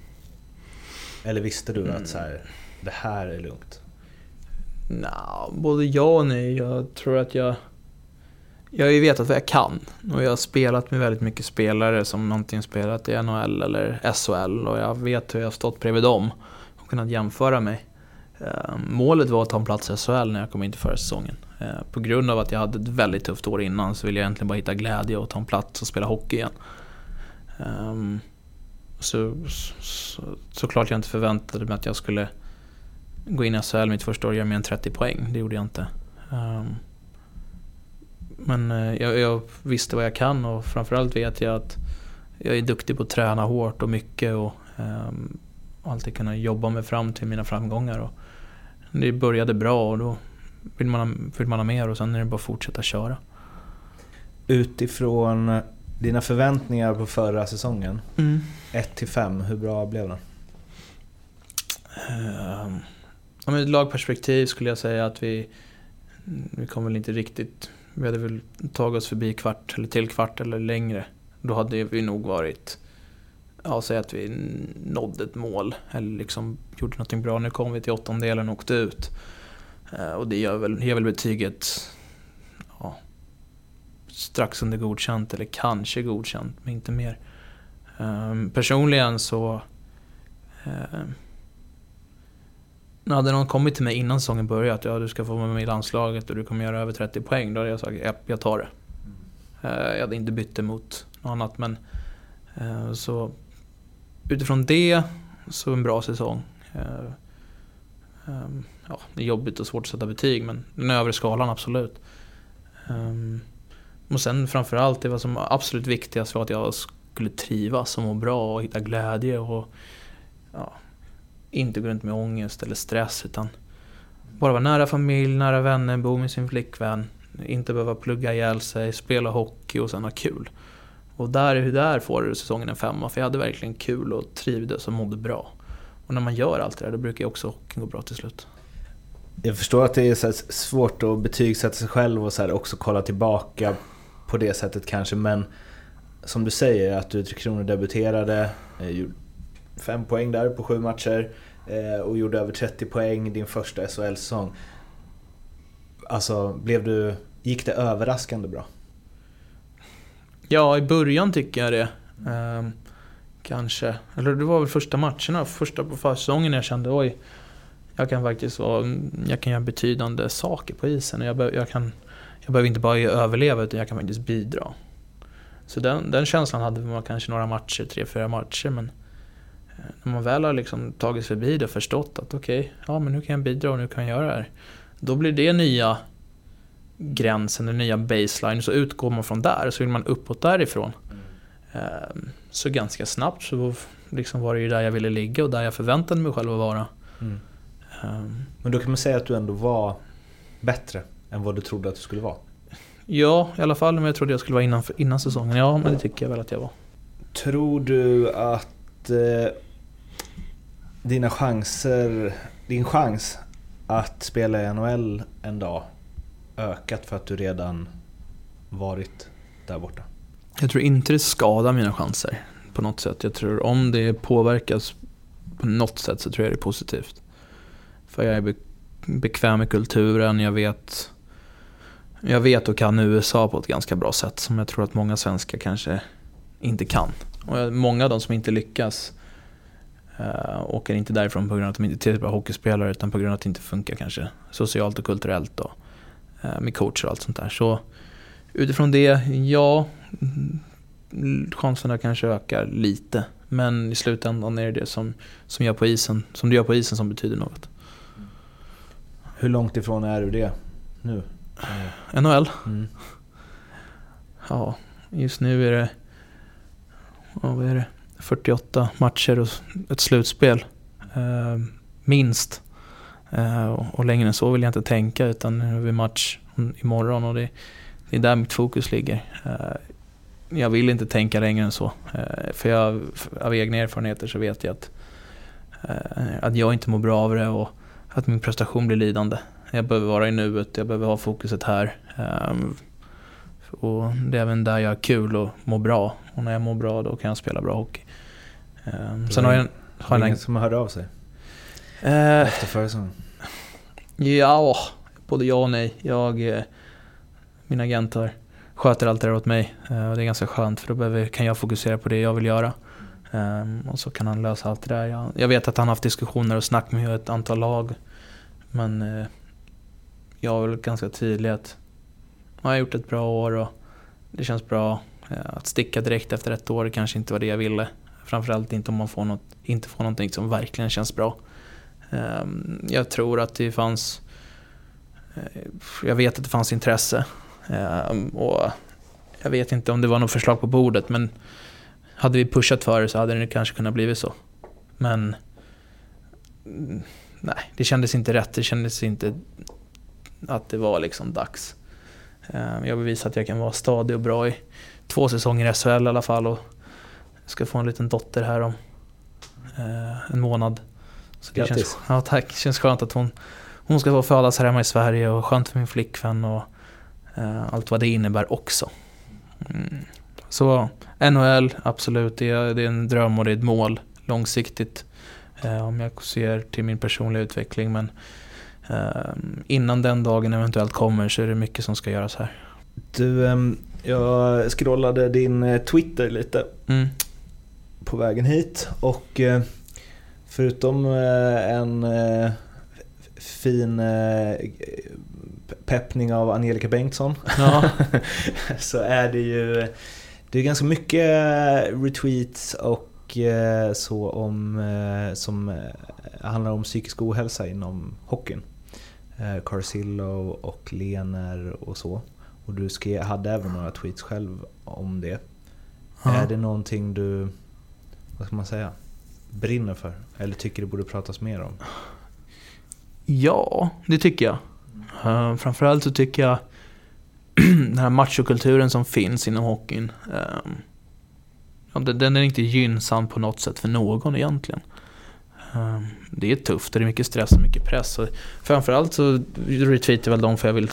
Eller visste du att så här, det här är lugnt? Både ja och nej. Jag tror att jag har ju vetat vad jag kan, och jag har spelat med väldigt mycket spelare som någonting spelat i NHL eller SHL, och jag vet hur jag har stått bredvid dem och kunnat jämföra mig. Målet var att ta en plats i SHL när jag kom in till förra säsongen. På grund av att jag hade ett väldigt tufft år innan, så ville jag egentligen bara hitta glädje och ta en plats och spela hockey igen. Såklart jag inte förväntade mig att jag skulle gå in i SHL mitt första år och göra mer än 30 poäng. Det gjorde jag inte. Men jag visste vad jag kan, och framförallt vet jag att jag är duktig på att träna hårt och mycket, och alltid kunna jobba mig fram till mina framgångar. Och det började bra, och då vill man ha mer, och sen är det bara att fortsätta köra. Utifrån dina förväntningar på förra säsongen, 1-5, hur bra blev den? Med ett lagperspektiv skulle jag säga att vi kom väl inte riktigt, vi hade väl tagit oss förbi kvart eller längre. Då hade vi nog varit, säga att vi nådde ett mål eller liksom gjorde någonting bra. Nu kom vi till 8:e och åkte ut, och det ger väl betyget strax under godkänt, eller kanske godkänt, men inte mer. Personligen så hade någon kommit till mig innan säsongen börjat, du ska få vara med i landslaget och du kommer göra över 30 poäng, då hade jag sagt jag tar det. Jag hade inte bytt emot något annat, men så utifrån det så en bra säsong. Det är jobbigt och svårt att sätta betyg, men den övre skalan absolut. Och sen framförallt, det var som absolut viktigast var att jag skulle trivas och må bra och hitta glädje, och inte gå runt med ångest eller stress, utan bara vara nära familj, nära vänner, bo med sin flickvän, inte behöva plugga ihjäl sig, spela hockey och sen ha kul. Och där får säsongen en 5, för jag hade verkligen kul och trivdes och mådde bra. Och när man gör allt det där, då brukar ju också hockeyn gå bra till slut. Jag förstår att det är så svårt att betygsätta sig själv och så här också kolla tillbaka på det sättet kanske, men som du säger att du i Tre Kronor debuterade, 5 poäng där på 7 matcher och gjorde över 30 poäng din första SHL-säsong. Alltså, gick det överraskande bra? Ja, i början tycker jag det. kanske. Eller det var väl första matcherna, första på försäsongen jag kände oj, jag kan faktiskt jag kan göra betydande saker på isen. Jag behöver inte bara överleva utan jag kan faktiskt bidra. Så den känslan hade man kanske några matcher, 3-4 matcher, men när man väl har liksom tagit förbi det och förstått att okej, ja men nu kan jag bidra och nu kan jag göra det här. Då blir det nya gränsen, den nya baseline, så utgår man från där så vill man uppåt därifrån. Så ganska snabbt så liksom var det ju där jag ville ligga och där jag förväntade mig själv att vara. Men då kan man säga att du ändå var bättre än vad du trodde att du skulle vara. Ja, i alla fall men jag trodde jag skulle vara innan säsongen. Ja, men det tycker jag väl att jag var. Tror du att din chans att spela i NHL en dag ökat för att du redan varit där borta? Jag tror inte det skadar mina chanser på något sätt. Jag tror om det påverkas på något sätt så tror jag det är positivt. För jag är bekväm med kulturen. Jag vet och kan USA på ett ganska bra sätt som jag tror att många svenskar kanske inte kan. Och många av de som inte lyckas åker inte därifrån på grund av att de inte är tillräckligt bra hockeyspelare utan på grund av att det inte funkar kanske socialt och kulturellt och med coacher och allt sånt där. Så utifrån det, ja, chanserna kanske ökar lite. Men i slutändan är det som du gör på isen som betyder något. Hur långt ifrån är du det nu? NHL? Ja, just nu är det vad är det? 48 matcher och ett slutspel. Minst. Och längre än så vill jag inte tänka utan nu är vi match imorgon och det är där mitt fokus ligger. Jag vill inte tänka längre än så. För av egna erfarenheter så vet jag att jag inte mår bra av det och att min prestation blir lidande. Jag behöver vara i nuet, jag behöver ha fokuset här. Och det är även där jag har kul och mår bra. Och när jag mår bra då kan jag spela bra hockey. Sen har jag ingen som hörde av sig efter försäsongen? Ja, både ja och nej. Mina agenter sköter allt det där åt mig. Och det är ganska skönt för då kan jag fokusera på det jag vill göra. Och så kan han lösa allt det där. Jag vet att han har haft diskussioner och snack med ett antal lag. Men jag är väl ganska tydlig att jag har gjort ett bra år och det känns bra. Att sticka direkt efter ett år kanske inte var det jag ville. Framförallt inte om man inte får någonting som verkligen känns bra. Jag tror att det fanns... Jag vet att det fanns intresse. Och jag vet inte om det var något förslag på bordet, men hade vi pushat för det så hade det kanske kunnat bli så. Men nej, det kändes inte rätt. Det kändes inte att det var liksom dags. Jag vill visa att jag kan vara stadig och bra i 2 säsonger i SHL i alla fall och jag ska få en liten dotter här om en månad. Så det känns, ja, tack. Det känns skönt att hon ska få födas här hemma i Sverige och skönt för min flickvän och allt vad det innebär också. Så NHL, absolut, det är en dröm och det är ett mål långsiktigt om jag ser till min personliga utveckling, men innan den dagen eventuellt kommer så är det mycket som ska göras här. Du, jag scrollade din Twitter lite på vägen hit och förutom en fin peppning av Angelica Bengtsson så är det är ganska mycket retweets och så som handlar om psykisk ohälsa inom hockeyn. Carcillo och Lener och så. Och du hade även några tweets själv om det. Är det någonting du, vad ska man säga, brinner för? Eller tycker det borde pratas mer om? Ja, det tycker jag. Framförallt så tycker jag den här machokulturen som finns inom hockeyn, den är inte gynnsam på något sätt för någon egentligen. Det är tufft, det är mycket stress och mycket press. Och framförallt så retweetar väl de för jag vill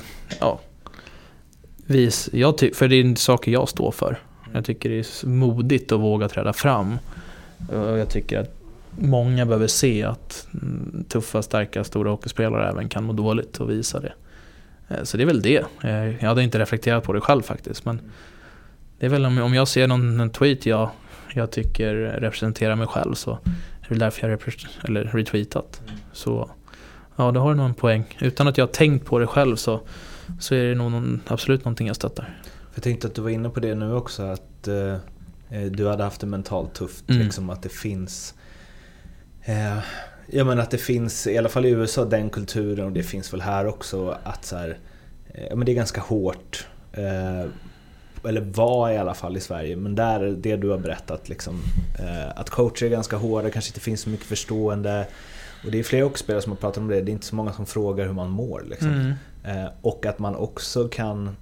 för det är saker jag står för. Jag tycker det är modigt att våga träda fram. Och jag tycker att många behöver se att tuffa, starka, stora hockeyspelare även kan må dåligt och visa det. Så det är väl det. Jag hade inte reflekterat på det själv faktiskt, men det är väl om jag ser någon tweet jag jag tycker representerar mig själv, så är det därför jag retweetat. Så ja, det har någon poäng. Utan att jag har tänkt på det själv så är det nog absolut någonting jag stöttar. Jag tänkte att du var inne på det nu också, att du hade haft det mentalt tufft, liksom, att det finns jag menar att det finns i alla fall i USA den kulturen, och det finns väl här också, att så här, men det är ganska hårt, eller var i alla fall i Sverige, men där det du har berättat liksom, att coacher är ganska hårda, kanske inte finns så mycket förstående, och det är flera också spelare som har pratat om det är inte så många som frågar hur man mår liksom. Och att man också kan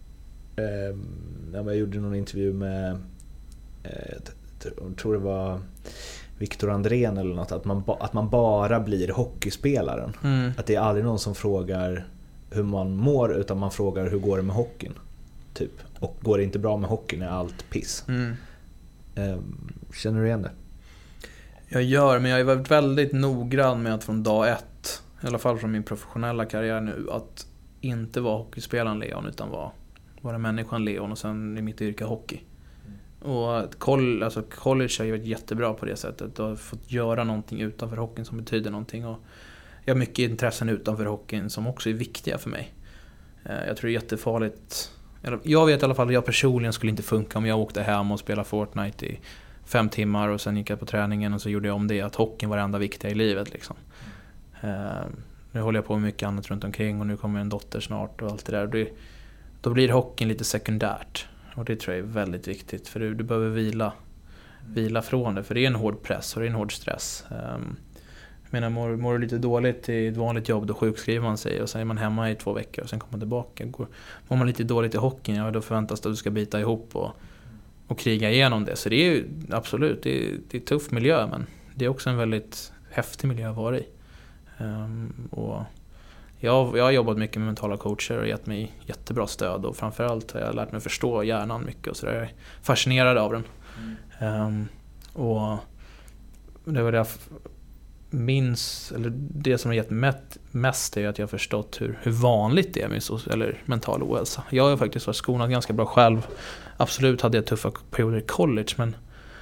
jag gjorde någon intervju med jag tror det var Viktor Andrén eller något, att man bara blir hockeyspelaren. Att det är aldrig någon som frågar hur man mår, utan man frågar hur går det med hockeyn typ. Och går det inte bra med hockeyn är allt piss. Känner du igen det? Jag gör, men jag har varit väldigt noggrann med att från dag ett, i alla fall från min professionella karriär nu, att inte vara hockeyspelaren Leon, utan vara människan Leon, och sen i mitt yrke hockey. Och college har ju varit jättebra på det sättet och har fått göra någonting utanför hockeyn som betyder någonting, och jag har mycket intressen utanför hockeyn som också är viktiga för mig. Jag tror det är jättefarligt. Jag vet i alla fall att jag personligen skulle inte funka om jag åkte hem och spelade Fortnite i 5 timmar och sen gick jag på träningen och så gjorde jag om det, att hockeyn var det enda viktiga i livet liksom. Nu håller jag på med mycket annat runt omkring, och nu kommer en dotter snart och allt det där. Då blir hockeyn lite sekundärt, och det tror jag är väldigt viktigt, för du behöver vila från det, för det är en hård press och det är en hård stress. Jag menar, mår du lite dåligt i ett vanligt jobb, då sjukskriver man sig och så är man hemma i 2 veckor och sen kommer man tillbaka. Mår man lite dåligt i hockeyn, ja, då förväntas det att du ska bita ihop och kriga igenom det. Så det är ju absolut, det är tuff miljö, men det är också en väldigt häftig miljö att vara i. Och jag har jobbat mycket med mentala coacher och gett mig jättebra stöd, och framförallt har jag lärt mig förstå hjärnan mycket, och så där är jag fascinerad av den. Och det var det jag minns, eller det som har gett mest är att jag har förstått hur vanligt det är med mental ohälsa. Jag har faktiskt varit skonad ganska bra själv. Absolut hade jag tuffa perioder i college, men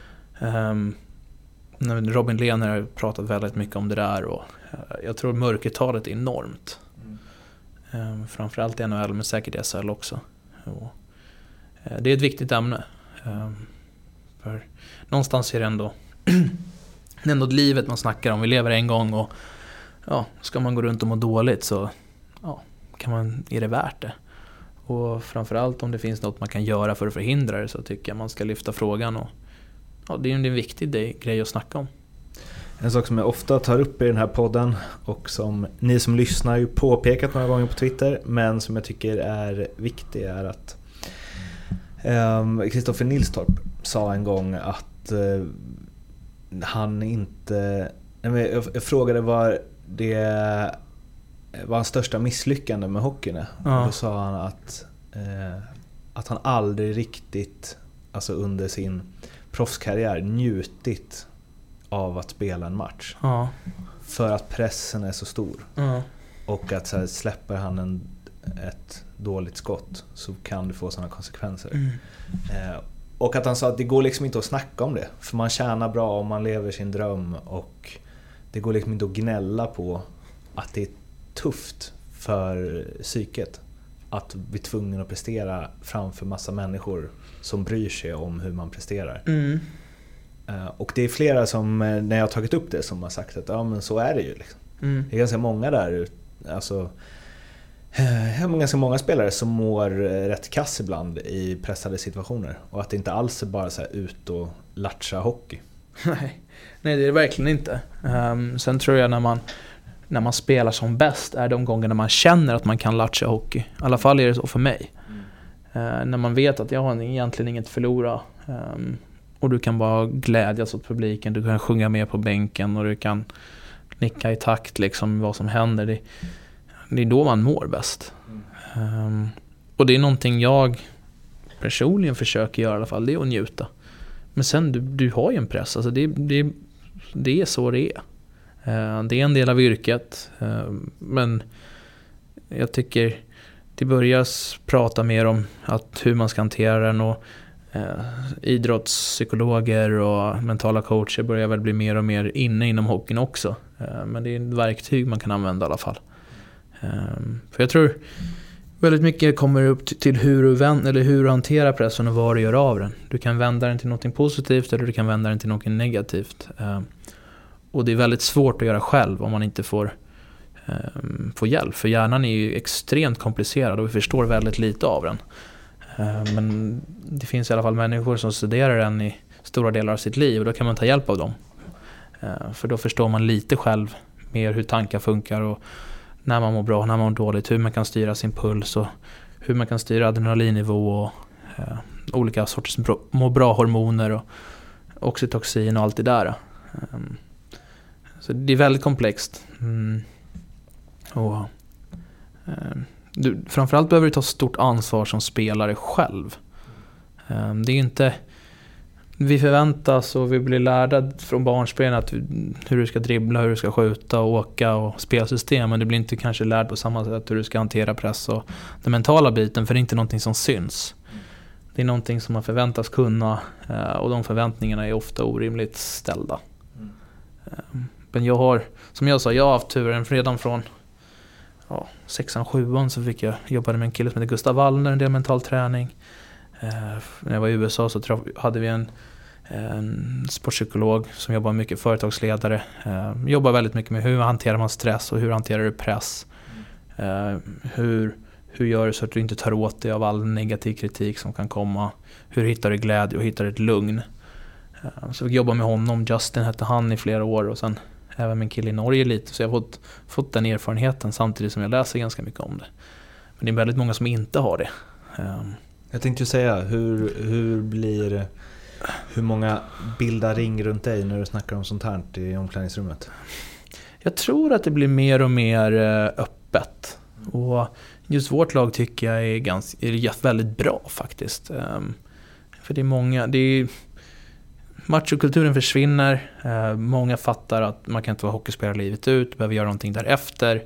Robin Lehner har pratat väldigt mycket om det där, och jag tror mörkertalet är enormt. Framförallt i NHL, men säkert i SHL också. Och det är ett viktigt ämne. För någonstans är det ändå livet man snackar om. Vi lever en gång, och ja, ska man gå runt och må dåligt så ja, är det värt det. Och framförallt om det finns något man kan göra för att förhindra det, så tycker jag man ska lyfta frågan, och ja, det är en viktig grej att snacka om. En sak som jag ofta tar upp i den här podden, och som ni som lyssnar ju påpekat några gånger på Twitter, men som jag tycker är viktig, är att Kristoffer Nilstorp sa en gång att han inte... Jag frågade vad hans största misslyckande med hockeyn är. Ja. Då sa han att han aldrig riktigt, alltså under sin proffskarriär, njutit av att spela en match. Ja. För att pressen är så stor. Ja. Och att så här, släpper han ett dåligt skott, så kan det få sådana konsekvenser. Och att han sa att det går liksom inte att snacka om det, för man tjänar bra om man lever sin dröm, och det går liksom inte att gnälla på att det är tufft för psyket att bli tvungen att prestera framför massa människor som bryr sig om hur man presterar. Och det är flera som, när jag har tagit upp det, som har sagt att ja, men så är det ju liksom. Det är ganska många där, alltså ganska många spelare som mår rätt kass ibland i pressade situationer, och att det inte alls är bara så här ut och latcha hockey. Nej, det är det verkligen inte. Sen tror jag när man spelar som bäst är de gångerna man känner att man kan latcha hockey. I alla fall är det så för mig. När man vet att jag har egentligen inget att förlora, och du kan bara glädjas åt publiken, du kan sjunga med på bänken och du kan nicka i takt liksom vad som händer. Det är då man mår bäst. Och det är någonting jag personligen försöker göra i alla fall, det är att njuta. Men sen du har ju en press, alltså det är så det är. Det är en del av yrket, men jag tycker det börjar prata mer om hur man ska hantera den, och idrottspsykologer och mentala coacher börjar väl bli mer och mer inne inom hockeyn också. Men det är ett verktyg man kan använda i alla fall. För jag tror väldigt mycket kommer upp till hur du hanterar pressen och vad du gör av den. Du kan vända den till något positivt eller du kan vända den till något negativt. Och det är väldigt svårt att göra själv om man inte får hjälp. För hjärnan är ju extremt komplicerad och vi förstår väldigt lite av den. Men det finns i alla fall människor som studerar den i stora delar av sitt liv och då kan man ta hjälp av dem. För då förstår man lite själv mer hur tankar funkar och när man mår bra, när man mår dåligt, hur man kan styra sin puls och hur man kan styra adrenalinnivå och olika sorters må bra hormoner och oxytocin och allt det där. Så det är väldigt komplext. Framförallt behöver du ta stort ansvar som spelare själv. Det är inte... Vi förväntas och vi blir lärda från barnsben att hur du ska dribbla, hur du ska skjuta och åka och spelsystem. Men du blir inte kanske lärd på samma sätt hur du ska hantera press och den mentala biten. För det är inte någonting som syns. Det är någonting som man förväntas kunna och de förväntningarna är ofta orimligt ställda. Men jag har, som jag sa, jag har haft turen redan från 6an, 7an så fick jag jobbade med en kille som heter Gustav Wallner, en del mental träning. När jag var i USA så hade vi en sportpsykolog som jobbar mycket företagsledare. Jobbar väldigt mycket med hur hanterar man stress och hur hanterar du press. Hur gör du så att du inte tar åt dig av all negativ kritik som kan komma. Hur hittar du glädje och hittar ett lugn. Så vi jobbar med honom, Justin hette han i flera år och sen även med en kille i Norge lite. Så jag har fått den erfarenheten samtidigt som jag läser ganska mycket om det. Men det är väldigt många som inte har det. Jag tänkte ju säga, hur många bildar ring runt dig när du snackar om sånt här i omklädningsrummet? Jag tror att det blir mer och mer öppet. Och just vårt lag tycker jag är väldigt bra faktiskt. För det är många... Machokulturen försvinner. Många fattar att man kan inte vara hockeyspelare livet ut. Behöver göra någonting därefter.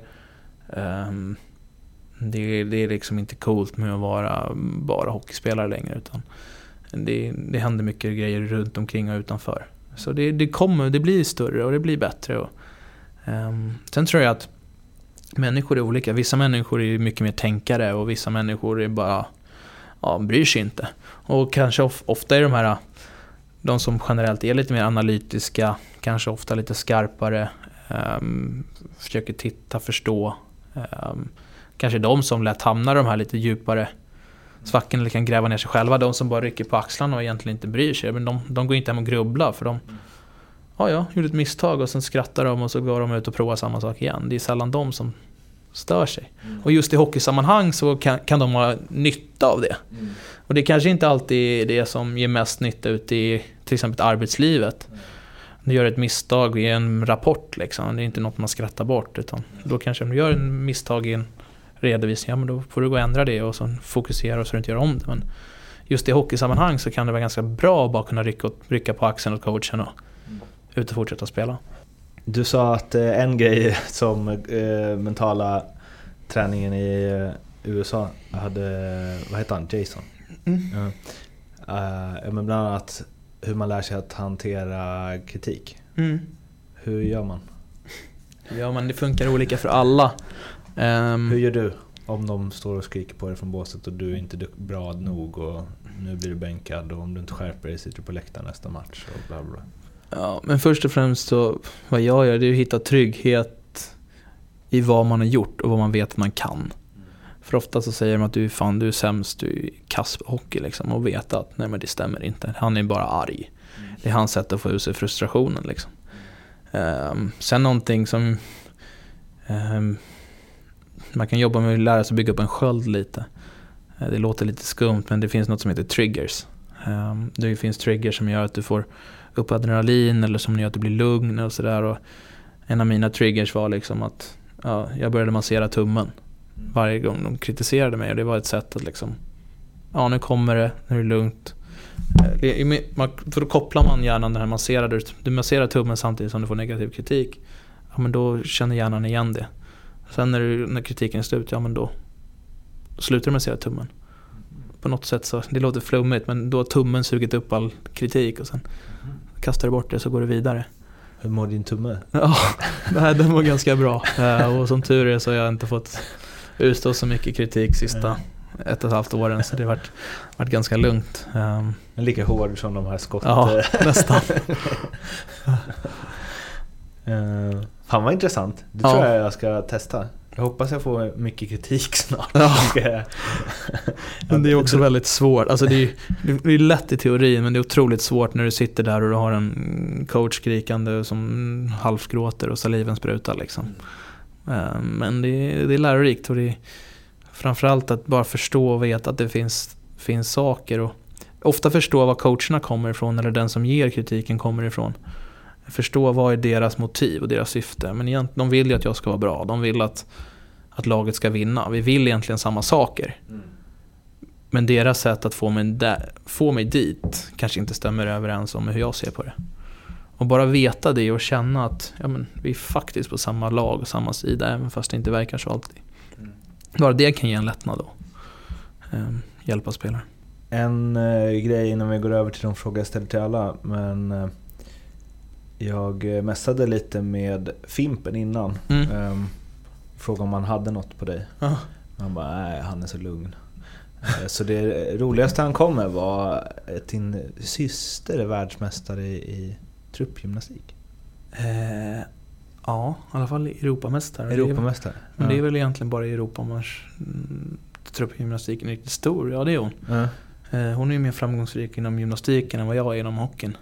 Det är liksom inte coolt med att vara bara hockeyspelare längre. Utan det händer mycket grejer runt omkring och utanför. Så det blir större och det blir bättre. Och, sen tror jag att människor är olika. Vissa människor är mycket mer tänkare och vissa människor är bara bryr sig inte. Och kanske ofta är de som generellt är lite mer analytiska, kanske ofta lite skarpare, försöker titta, förstå. Kanske de som lätt hamnar de här lite djupare svackorna eller kan gräva ner sig själva. De som bara rycker på axlarna och egentligen inte bryr sig. Men de går inte hem och grubblar för de gjorde ett misstag och sen skrattar de och så går de ut och provar samma sak igen. Det är sällan de som stör sig. Och just i hockeysammanhang så kan de ha nytta av det. Och det kanske inte alltid är det som ger mest nytta ut i till exempel arbetslivet. Du gör ett misstag i en rapport liksom. Det är inte något man skrattar bort utan då kanske du gör en misstag i en redovisning, men då får du gå och ändra det och så fokusera så du inte gör om det. Men just i hockeysammanhang så kan det vara ganska bra att bara kunna rycka på axeln åt coachen och ut och fortsätta spela. Du sa att en grej som mentala träningen i USA hade, vad heter han? Jason? Men bland annat hur man lär sig att hantera kritik. Hur gör man? Det funkar olika för alla. Hur gör du om de står och skriker på dig från båset och du är inte bra nog och nu blir du bänkad och om du inte skärper dig sitter du på läktaren nästa match och bla bla. Ja, men först och främst så vad jag gör det är att hitta trygghet i vad man har gjort och vad man vet att man kan. För ofta så säger de att du är sämst, du är kass på hockey liksom, och vet att nej men det stämmer inte. Han är bara arg. Det är hans sätt att få ut sig frustrationen liksom. Sen någonting som man kan jobba med att lära sig att bygga upp en sköld lite. Det låter lite skumt men det finns något som heter triggers. Det finns triggers som gör att du får upp adrenalin eller som gör att du blir lugn och sådär. Och en av mina triggers var liksom att jag började massera tummen varje gång de kritiserade mig och det var ett sätt att liksom nu kommer det, nu är det lugnt. För då kopplar man hjärnan den här du masserar tummen samtidigt som du får negativ kritik. Ja men då känner hjärnan igen det. Sen när kritiken är slut, ja men då slutar du massera tummen. på något sätt så, det låter flummigt, men då har tummen sugit upp all kritik och sen kastar du bort det så går det vidare. Hur mår din tumme? Ja, den var ganska bra. Och som tur är så har jag inte fått utstå så mycket kritik sista 1,5 åren, så det har varit ganska lugnt. Lika hård som de här skotten. Ja, nästan. Fan vad intressant. Det tror jag ska testa. Jag hoppas jag får mycket kritik snart. Ja. Men det är också väldigt svårt. Alltså det är lätt i teorin, men det är otroligt svårt när du sitter där och du har en coach skrikande som halvskråter och saliven sprutar liksom. Men det är lärorikt, och det är framförallt att bara förstå och veta att det finns saker, och ofta förstå var coacherna kommer ifrån, eller den som ger kritiken kommer ifrån. Förstå vad är deras motiv och deras syfte. Men egentligen, de vill ju att jag ska vara bra. De vill att laget ska vinna. Vi vill egentligen samma saker. Men deras sätt att få mig dit kanske inte stämmer överens om hur jag ser på det. Och bara veta det och känna att vi är faktiskt på samma lag och samma sida, även fast det inte verkar så alltid. Bara det kan ge en lättnad då. Hjälpa spelare. En grej innan vi går över till de frågor jag ställer till alla, men jag mässade lite med Fimpen innan. Frågade om han hade något på dig. Han bara, nej, han är så lugn. Så det roligaste han kom med var att din syster är världsmästare i truppgymnastik. Ja, i alla fall Europamästare. Men det är väl egentligen bara i Europa om truppgymnastiken är riktigt stor. Ja, det är hon. Hon är ju mer framgångsrik inom gymnastiken än vad jag är inom hockeyn.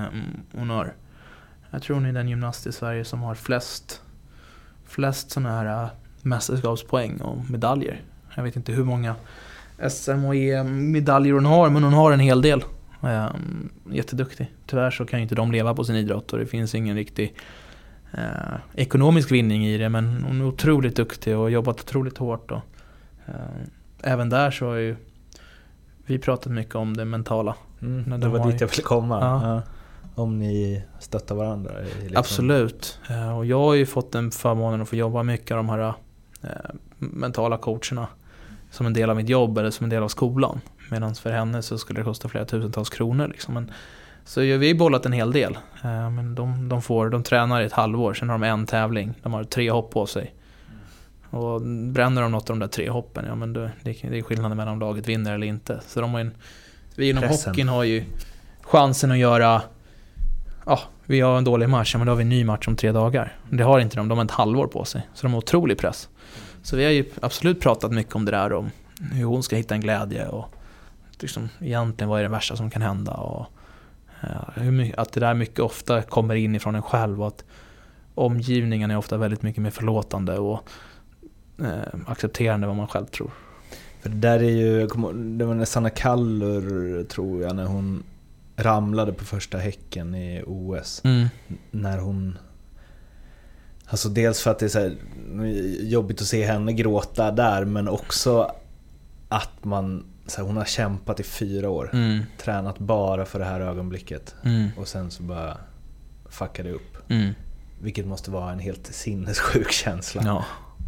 Jag tror hon är den gymnast i Sverige som har flest såna här mästerskapspoäng och medaljer. Jag vet inte hur många SM och EM-medaljer hon har, men hon har en hel del. Jätteduktig. Tyvärr så kan inte de leva på sin idrott, och det finns ingen riktig ekonomisk vinning i det, men hon är otroligt duktig och jobbat otroligt hårt. Och, även där så har ju vi pratat mycket om det mentala. Det var dit jag ville komma. Ja. Om ni stöttar varandra. Liksom. Absolut. Och jag har ju fått den förmånen att få jobba mycket av de här mentala coacherna som en del av mitt jobb eller som en del av skolan. Medan för henne så skulle det kosta flera tusentals kronor. Liksom. Så vi har bollat en hel del. Men de tränar i ett halvår, sen har de en tävling. De har 3 hopp på sig. Och bränner de något av de där 3 hoppen, men det är skillnaden mellan om laget vinner eller inte. Så vi inom hockeyn har ju chansen att göra... Ja, vi har en dålig match, men då har vi en ny match om 3 dagar. Det har inte de har ett halvår på sig. Så de har otrolig press. Så vi har ju absolut pratat mycket om det där, om hur hon ska hitta en glädje och liksom, egentligen vad är det värsta som kan hända, och att det där mycket ofta kommer in ifrån en själv, och att omgivningen är ofta väldigt mycket mer förlåtande och accepterande vad man själv tror. För det där är ju, det var Sanna Kallur tror jag, när hon ramlade på första häcken i OS. När hon, alltså dels för att det är så här jobbigt att se henne gråta där, men också att man så här, hon har kämpat i 4 år, tränat bara för det här ögonblicket, och sen så bara fuckade det upp. Vilket måste vara en helt sinnessjuk känsla. Ja.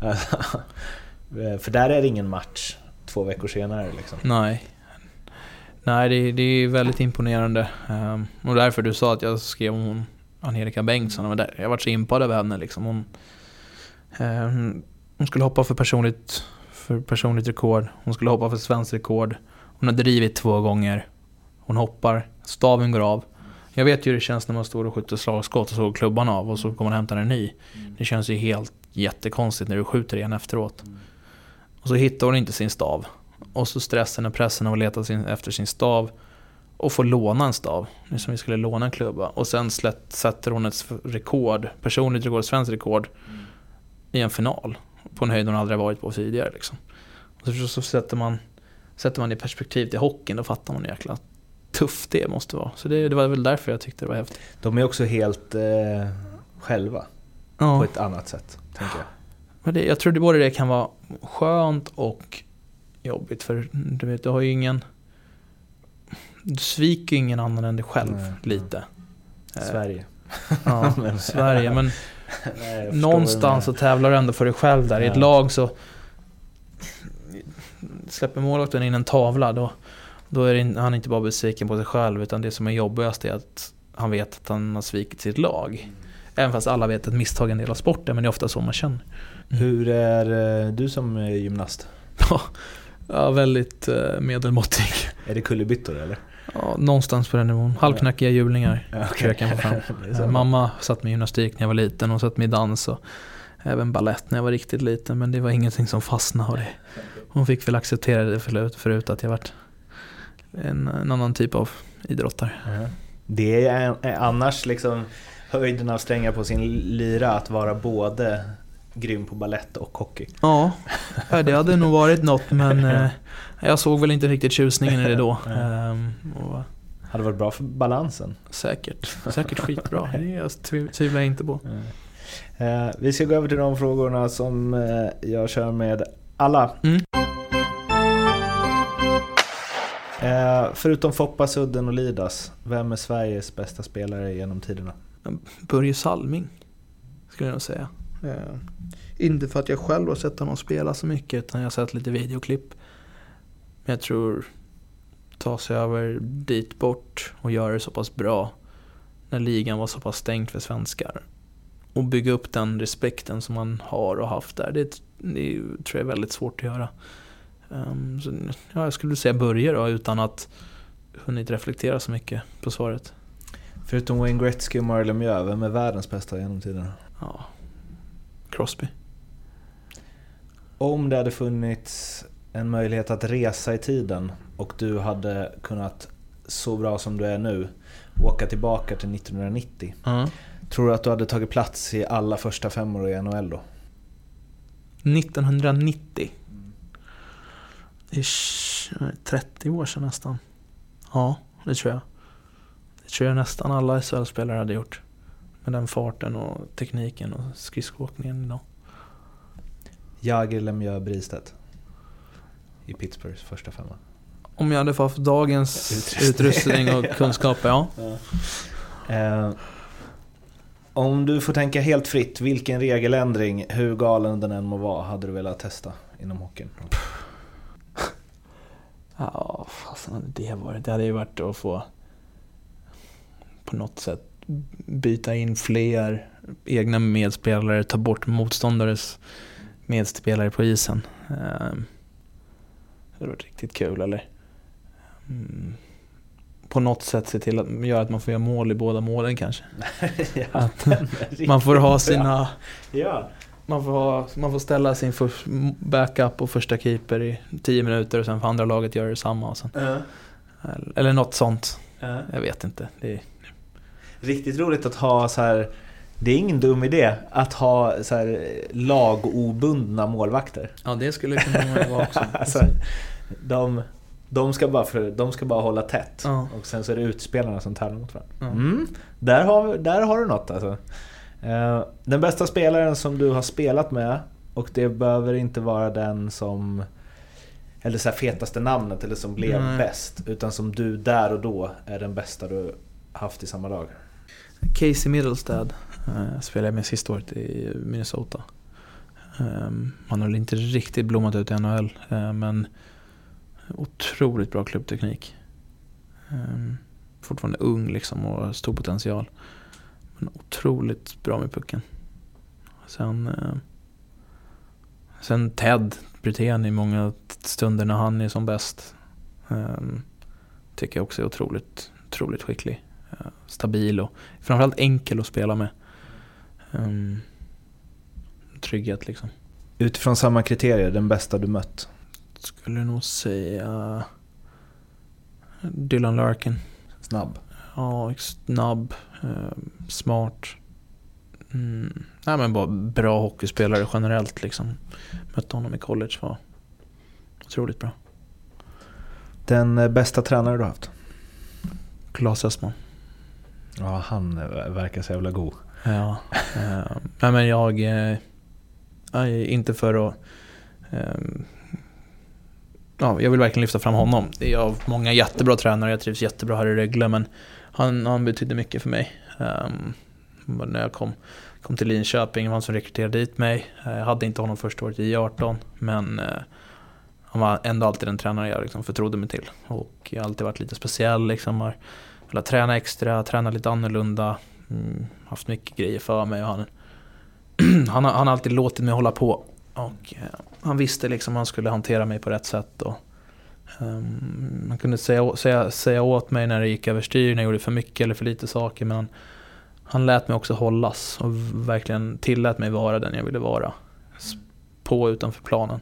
För där är det ingen match 2 veckor senare liksom. Nej, det är väldigt imponerande. Och därför du sa att jag skrev om Angelika Bengtsson. Jag var så impad över henne. Liksom. Hon skulle hoppa för personligt rekord. Hon skulle hoppa för svenskt rekord. Hon har drivit 2 gånger. Hon hoppar, staven går av. Jag vet ju hur det känns när man står och skjuter slagskott och så går klubban av och så kommer man hämta en ny. Det känns ju helt jättekonstigt när du skjuter igen efteråt. Och så hittar hon inte sin stav. Och så stressen och pressen av att leta efter sin stav och få låna en stav. Det är som vi skulle låna en klubba. Och sen sätter hon ett rekord, personligt rekord, svenskt rekord i en final på en höjd hon aldrig varit på tidigare. Liksom. Och så sätter man i perspektiv till hockeyn, då fattar man jäkla tufft det måste vara. Så det var väl därför jag tyckte det var häftigt. De är också helt själva på ett annat sätt, tänker jag. Men jag tror både det kan vara skönt och jobbigt, för du vet, du har ju du sviker ingen annan än dig själv lite. Sverige. Ja, Sverige, men någonstans så tävlar du ändå för dig själv där. I ett lag så släpper målvakten in en tavla, då Då är han inte bara besviken på sig själv, utan det som är jobbigast är att han vet att han har svikit sitt lag. Även fast alla vet att misstag är en del av sporten, men det är ofta så man känner. Hur är du som gymnast? Ja, väldigt medelmåttig. Är det kullerbyttor eller? Ja, någonstans på den nivån. Halvknackiga hjulningar. Okay. Jag kan få fram. Mamma satt med gymnastik när jag var liten, och satt med dans och även ballett när jag var riktigt liten, men det var ingenting som fastnade. Hon fick väl acceptera det förut att jag varit en annan typ av idrottare. Det är annars liksom höjden av strängar på sin lyra att vara både grym på ballett och hockey. Ja, det hade nog varit något, men jag såg väl inte riktigt tjusningen i det då. Hade varit bra för balansen. Säkert skitbra. Det tvivlar jag inte på. Vi ska gå över till de frågorna som jag kör med alla. Förutom Foppa, Sudden och Lidas, vem är Sveriges bästa spelare genom tiderna? Börje Salming, skulle jag nog säga. Inte för att jag själv har sett honom spela så mycket, utan jag har sett lite videoklipp. Men jag tror ta sig över dit bort och göra det så pass bra när ligan var så pass stängt för svenskar, och bygga upp den respekten som man har och haft där, det tror jag är väldigt svårt att göra. Så, jag skulle säga Börje då, utan att hunnit reflektera så mycket på svaret. Förutom Wayne Gretzky och Mario Lemieux, vem är världens bästa genom tiden? Ja, Crosby. Om det hade funnits en möjlighet att resa i tiden och du hade kunnat, så bra som du är nu, åka tillbaka till 1990, tror du att du hade tagit plats i alla första 5 år i NHL då? 1990? Det är 30 år sedan nästan. Ja, det tror jag. Det tror jag nästan alla SHL-spelare hade gjort. Med den farten och tekniken och skridskoåkningen idag. Jagr, Lemieux, Bristedt i Pittsburghs första 5. Om jag hade fått dagens utrustning och kunskaper, ja. Om du får tänka helt fritt, vilken regeländring, hur galen den än må vara, hade du velat testa inom hockeyn? Ja, fasen, det hade ju varit att få på något sätt byta in fler egna medspelare, ta bort motståndares medspelare på isen. Det var riktigt kul, eller? På något sätt se till att göra att man får göra mål i båda målen kanske. Att man får ha sina... Ja. Man får ställa sin backup och första keeper i 10 minuter, och sen får andra laget göra detsamma. Och sen. Eller något sånt. Jag vet inte. Det är riktigt roligt att ha så här. Det är ingen dum idé att ha så här lagobundna målvakter. Ja, det skulle kunna vara också. Alltså, de ska bara hålla tätt. Ja. Och sen så är det utspelarna som tävlar mot varandra. Där har du något alltså. Den bästa spelaren som du har spelat med, och det behöver inte vara den som, eller så här fetaste namnet eller som blev bäst, utan som du där och då är den bästa du haft i samma lag. Casey Middlestad spelade jag med sista året i Minnesota. Han har inte riktigt blommat ut i NHL, men otroligt bra klubbteknik. Fortfarande ung liksom och stor potential. Men otroligt bra med pucken. Sen Ted Brithén i många stunder när han är som bäst. Tycker jag också är otroligt skicklig. Stabil och framförallt enkel att spela med. Trygghet liksom. Utifrån samma kriterier, den bästa du mött? Skulle nog säga Dylan Larkin. Snabb? Ja, snabb, smart. Nej, men bara bra hockeyspelare generellt liksom. Mötte honom i college, var otroligt bra. Den bästa tränare du har haft? Claes Östman. Ja, han verkar så jävla god. Ja, nej, men jag inte för att jag vill verkligen lyfta fram honom. Jag har många jättebra tränare, jag trivs jättebra här i Rögle, men han betydde mycket för mig. När jag kom till Linköping, var han som rekryterade dit mig. Jag hade inte honom första året i 18, men han var ändå alltid den tränare jag liksom förtrodde mig till. Och jag har alltid varit lite speciell. Liksom, har velat träna extra, träna lite annorlunda. Haft mycket grejer för mig. Och han har alltid låtit mig hålla på. Och han visste liksom han skulle hantera mig på rätt sätt. Och, man kunde säga åt mig när det gick överstyr, när jag gjorde för mycket eller för lite saker. Men han lät mig också hållas och verkligen tillät mig vara den jag ville vara. På och utanför planen.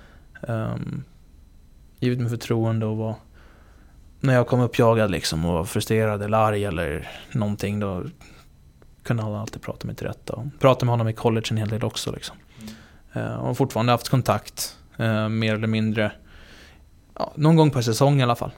Givit mig förtroende och var, när jag kom uppjagad liksom och var frustrerad eller arg eller någonting, då kunde han alltid prata mig till rätta. Och prata med honom i college en hel del också liksom. Och fortfarande haft kontakt mer eller mindre någon gång per säsong i alla fall.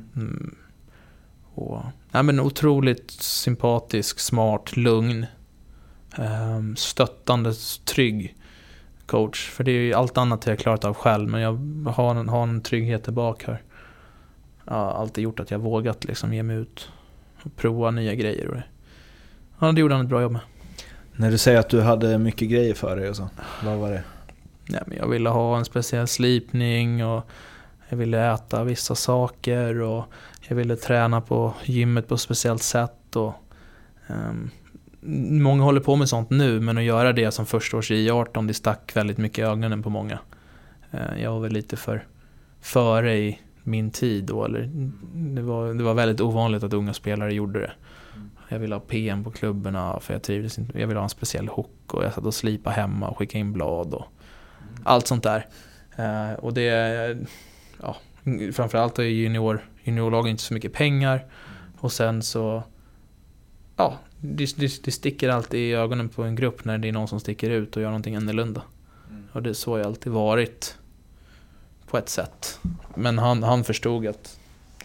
Och, men otroligt sympatisk, smart, lugn, stöttande, trygg coach. För det är ju allt annat jag klarat av själv, men jag har en trygghet tillbaka här. Jag har alltid gjort att jag vågat liksom ge mig ut och prova nya grejer. Och det gjorde han ett bra jobb med. När du säger att du hade mycket grejer för dig och så, vad var det? Nej, men jag ville ha en speciell slipning och jag ville äta vissa saker och jag ville träna på gymmet på ett speciellt sätt. Och, många håller på med sånt nu, men att göra det som första års I18, det stack väldigt mycket i ögonen på många. Jag var väl lite före i min tid då, eller det var väldigt ovanligt att unga spelare gjorde det. Jag ville ha PM på klubbarna för jag trivdes inte. Jag ville ha en speciell hook och jag satt och slipa hemma och skicka in blad och allt sånt där. Och det, framförallt är juniorlagen inte så mycket pengar, och sen så det sticker alltid i ögonen på en grupp när det är någon som sticker ut och gör någonting annorlunda. Och det så har jag alltid varit på ett sätt. Men han förstod att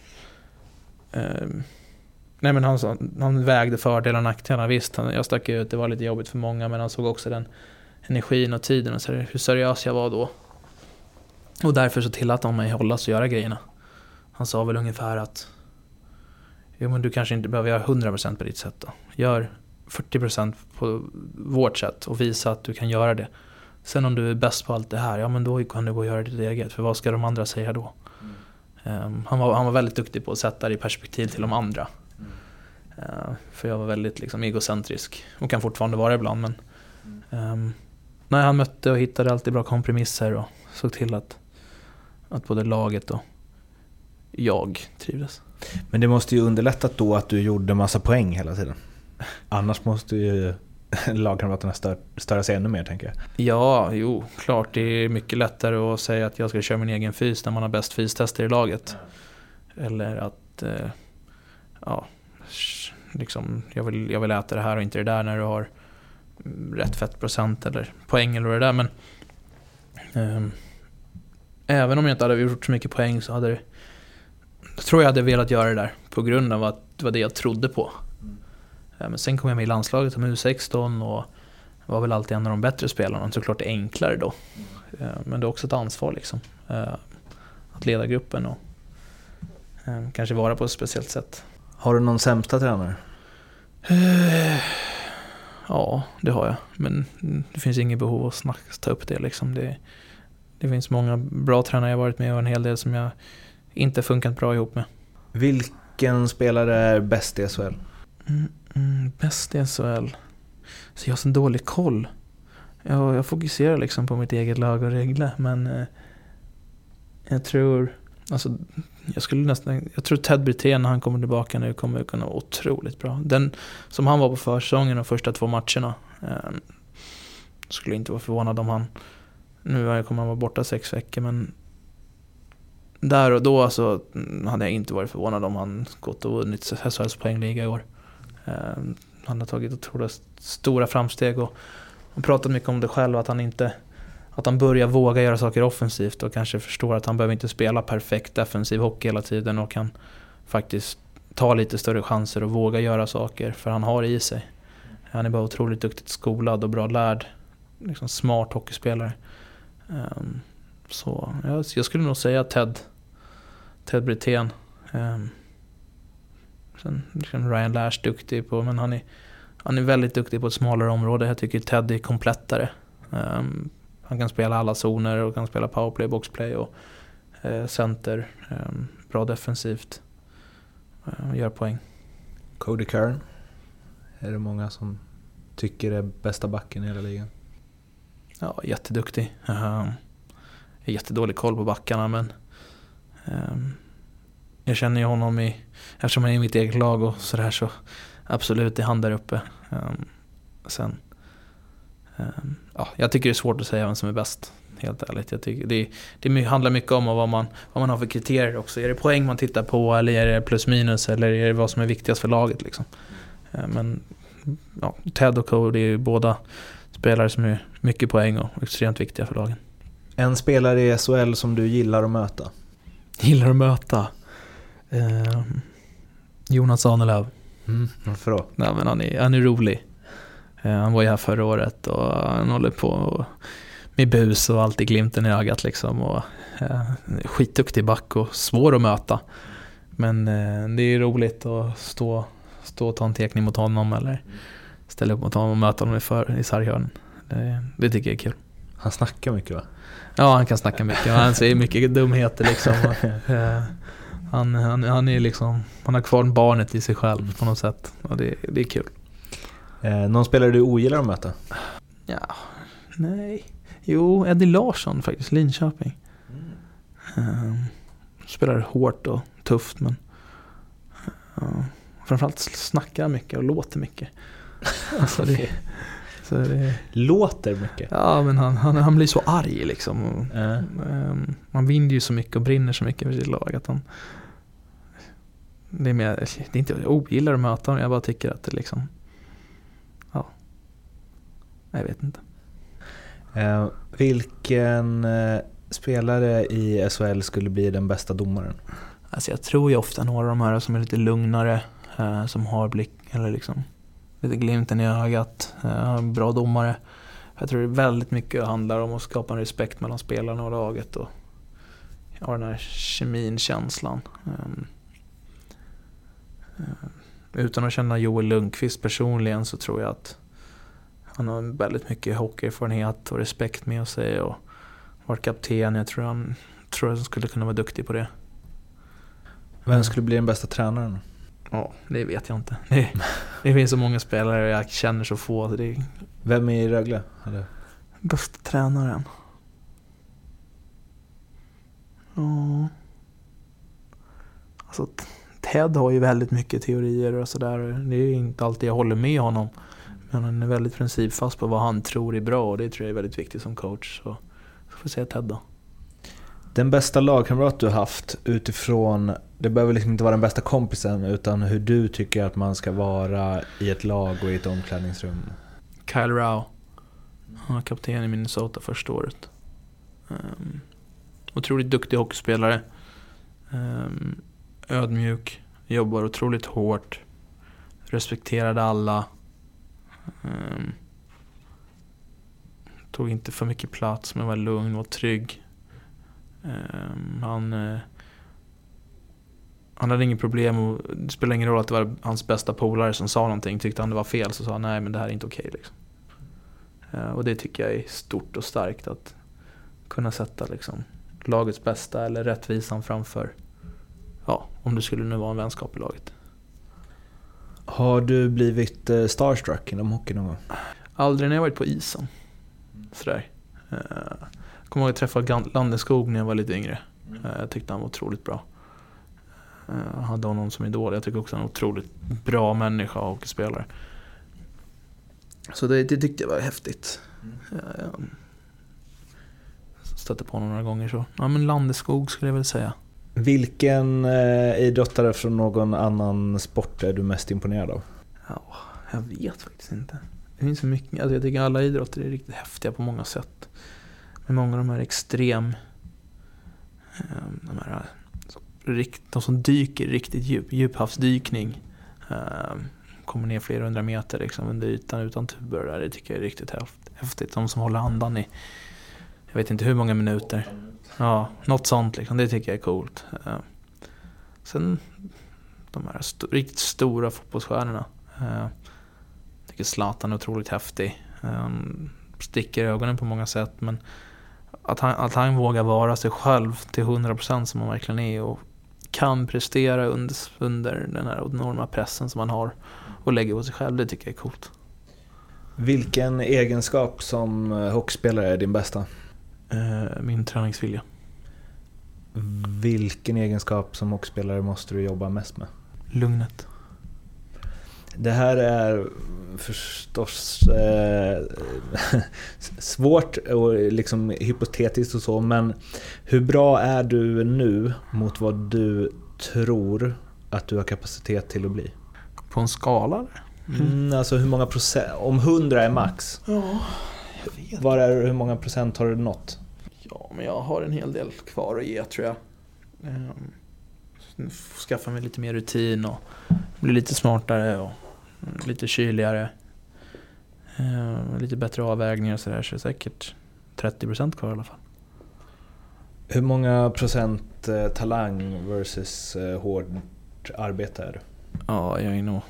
han vägde fördelar och nackdelar. Visst, jag stack ut, det var lite jobbigt för många, men han såg också den energin och tiden och så hur seriös jag var då. Och därför så tillät han mig hållas och göra grejerna. Han sa väl ungefär att men du kanske inte behöver göra 100% på ditt sätt då. Gör 40% på vårt sätt och visa att du kan göra det. Sen om du är bäst på allt det här, men då kan du gå och göra ditt eget. För vad ska de andra säga då? Han var väldigt duktig på att sätta det i perspektiv till de andra. För jag var väldigt liksom egocentrisk och kan fortfarande vara ibland, men när han mötte och hittade alltid bra kompromisser och såg till att både laget och jag trivdes. Men det måste ju underlättat då att du gjorde massa poäng hela tiden. Annars måste ju lagkamraterna störa sig ännu mer, tänker jag. Ja, klart. Det är mycket lättare att säga att jag ska köra min egen fys när man har bäst fystester i laget. Eller att liksom, jag vill äta det här och inte det där när du har rätt fettprocent eller poäng eller det där. Men även om jag inte hade gjort så mycket poäng så tror jag hade velat göra det där på grund av att det var det jag trodde på. Men sen kom jag med i landslaget som U16 och var väl alltid en av de bättre spelarna. Såklart det är enklare då. Men det är också ett ansvar liksom. Att leda gruppen och kanske vara på ett speciellt sätt. Har du någon sämsta tränare? Ja, det har jag. Men det finns inget behov att ta upp det liksom. Det finns många bra tränare jag varit med och en hel del som jag inte funkat bra ihop med. Vilken spelare är bäst i SHL? Bäst i SHL? Så jag har så dålig koll. Jag fokuserar liksom på mitt eget lag och regler, men jag tror jag tror Ted Brithén när han kommer tillbaka nu kommer kunna vara otroligt bra. Den som han var på försäsongen de första 2 matcherna, skulle inte vara förvånad om han nu kommer han vara borta 6 veckor, men där och då så hade jag inte varit förvånad om han gått och vunnit SHLs poängliga i år. Han har tagit otroligt stora framsteg och han pratat mycket om det själv, att han börjar våga göra saker offensivt och kanske förstår att han behöver inte spela perfekt defensiv hockey hela tiden och kan faktiskt ta lite större chanser och våga göra saker, för han har i sig. Han är bara otroligt duktigt skolad och bra lärd, liksom smart hockeyspelare. Så jag skulle nog säga Ted Brithén. Sen liksom Ryan Lash duktig på, men han är väldigt duktig på ett smalare område. Jag tycker Ted är komplettare. Han kan spela alla zoner och kan spela powerplay, boxplay och center, bra defensivt, gör poäng. Cody Curran, är det många som tycker är bästa backen i hela ligan? Ja, jätteduktig. Jag har jättedålig koll på backarna, men jag känner ju honom eftersom han är i mitt eget lag och sådär, så absolut är han där uppe. Sen jag tycker det är svårt att säga vem som är bäst, helt ärligt. Jag tycker det handlar mycket om vad man har för kriterier också. Är det poäng man tittar på, eller är det plus minus, eller är det vad som är viktigast för laget liksom. Men Ted och Cody är ju båda spelare som är mycket poäng och extremt viktiga för lagen. En spelare i SHL som du gillar att möta? Jonas Ahnelöv. Varför då? Nej, men han är rolig. Han var ju här förra året och han håller på med bus och allt i glimten i ögat liksom, och skitduktig back och svår att möta. Men det är roligt att stå och ta en tekning mot honom eller ställa upp mot honom och möta honom i sarghörnen. Det tycker jag är kul. Han snackar mycket, va? Ja, han kan snacka mycket. Han säger mycket dumheter liksom. Han är liksom, han har kvar barnet i sig själv på något sätt, och det är kul. Någon spelare du ogillar att möta? Ja, nej. Jo, Eddie Larsson faktiskt, Linköping. Spelar hårt och tufft, men framförallt snackar mycket och låter mycket. Alltså det låter mycket? Ja, men han blir så arg liksom. Man vinner ju så mycket och brinner så mycket för sitt lag att det är inte jag ogillar att möta honom, jag bara tycker att det liksom, jag vet inte. Vilken spelare i SHL skulle bli den bästa domaren? Alltså jag tror ju ofta några av de här som är lite lugnare, som har blick eller liksom lite glimten i ögat, bra domare. Jag tror det är väldigt mycket handlar om att skapa en respekt mellan spelarna och laget och den här kemin, känslan. Utan att känna Joel Lundqvist personligen så tror jag att han har väldigt mycket hockeyerfarenhet och respekt med sig och varit kapten. Jag tror han skulle kunna vara duktig på det. Vem skulle bli den bästa tränaren? Ja, det vet jag inte. Det finns så många spelare och jag känner så få. Vem är i Rögle? Eller? Bästa tränaren? Ja. Alltså Ted har ju väldigt mycket teorier och sådär. Det är inte alltid jag håller med honom. Men han är väldigt principfast på vad han tror är bra, och det tror jag är väldigt viktigt som coach. Så får vi säga Ted då. Den bästa lagkamrat du har haft utifrån, det behöver liksom inte vara den bästa kompisen, utan hur du tycker att man ska vara i ett lag och i ett omklädningsrum. Kyle Rao. Han var kapten i Minnesota första året. Otroligt duktig hockeyspelare. Ödmjuk. Jobbar otroligt hårt. Respekterade alla. Tog inte för mycket plats, men var lugn och trygg. Han hade ingen problem, och det spelar ingen roll att det var hans bästa polare som sa någonting. Tyckte han det var fel så sa han nej, men det här är inte okej liksom. Och det tycker jag är stort och starkt, att kunna sätta liksom lagets bästa eller rättvisan framför, om det skulle nu vara en vänskap i laget. Har du blivit starstruck inom hockey någon gång? Aldrig när jag varit på isen. Sådär. Jag kommer ihåg att jag träffade Landeskog när jag var lite yngre. Jag tyckte han var otroligt bra. Jag hade honom som idol. Jag tycker också han är en otroligt bra människa och spelare. Så det tyckte jag var häftigt. Jag stötte på honom några gånger så. Ja, men Landeskog skulle jag väl säga. Vilken idrottare från någon annan sport är du mest imponerad av? Ja, jag vet faktiskt inte. Det finns så mycket. Alltså jag tycker alla idrotter är riktigt häftiga på många sätt. Men många av de här de som dyker riktigt djuphavsdykning, kommer ner flera hundra meter liksom under ytan utan tuber där, det tycker jag är riktigt häftigt. De som håller andan i, jag vet inte hur många minuter. Ja, något sånt liksom, det tycker jag är coolt. Sen de här riktigt stora fotbollsstjärnorna. Jag tycker Zlatan är otroligt häftig. Sticker i ögonen på många sätt, men att han vågar vara sig själv till 100% som han verkligen är och kan prestera under den här enorma pressen som man har och lägger på sig själv, det tycker jag är coolt. Vilken egenskap som hockeyspelare är din bästa? Min träningsvilja. Vilken egenskap som hockeyspelare måste du jobba mest med? Lugnet. Det här är förstås svårt och liksom hypotetiskt och så, men hur bra är du nu mot vad du tror att du har kapacitet till att bli? På en skala? Alltså hur många procent, om 100 är max? Ja, jag vet. Hur många procent har du nått? Ja, men jag har en hel del kvar att ge, tror jag. Skaffa mig lite mer rutin och bli lite smartare och lite kyligare. Lite bättre avvägningar och sådär, så säkert 30% kvar i alla fall. Hur många procent talang versus hårt arbete är du? Ja, jag är nog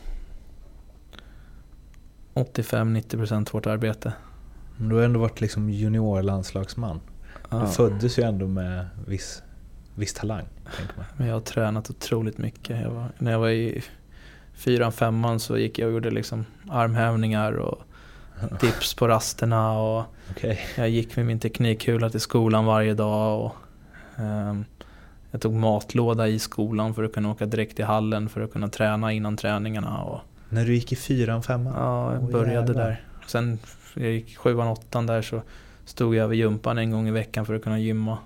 85-90% hårt arbete. Du har ändå varit liksom juniorlandslagsman. Ja. Du föddes ju ändå med viss talang, tänker man. Men jag har tränat otroligt mycket. När jag var i 4-5 så gick jag och gjorde liksom armhävningar och dips på rasterna. Och jag gick med min teknikkula till skolan varje dag. Och, jag tog matlåda i skolan för att kunna åka direkt till hallen för att kunna träna innan träningarna. Och, när du gick i 4-5? Ja, jag började där. Sen jag gick 7-8 där så stod jag över gympan en gång i veckan för att kunna gymma.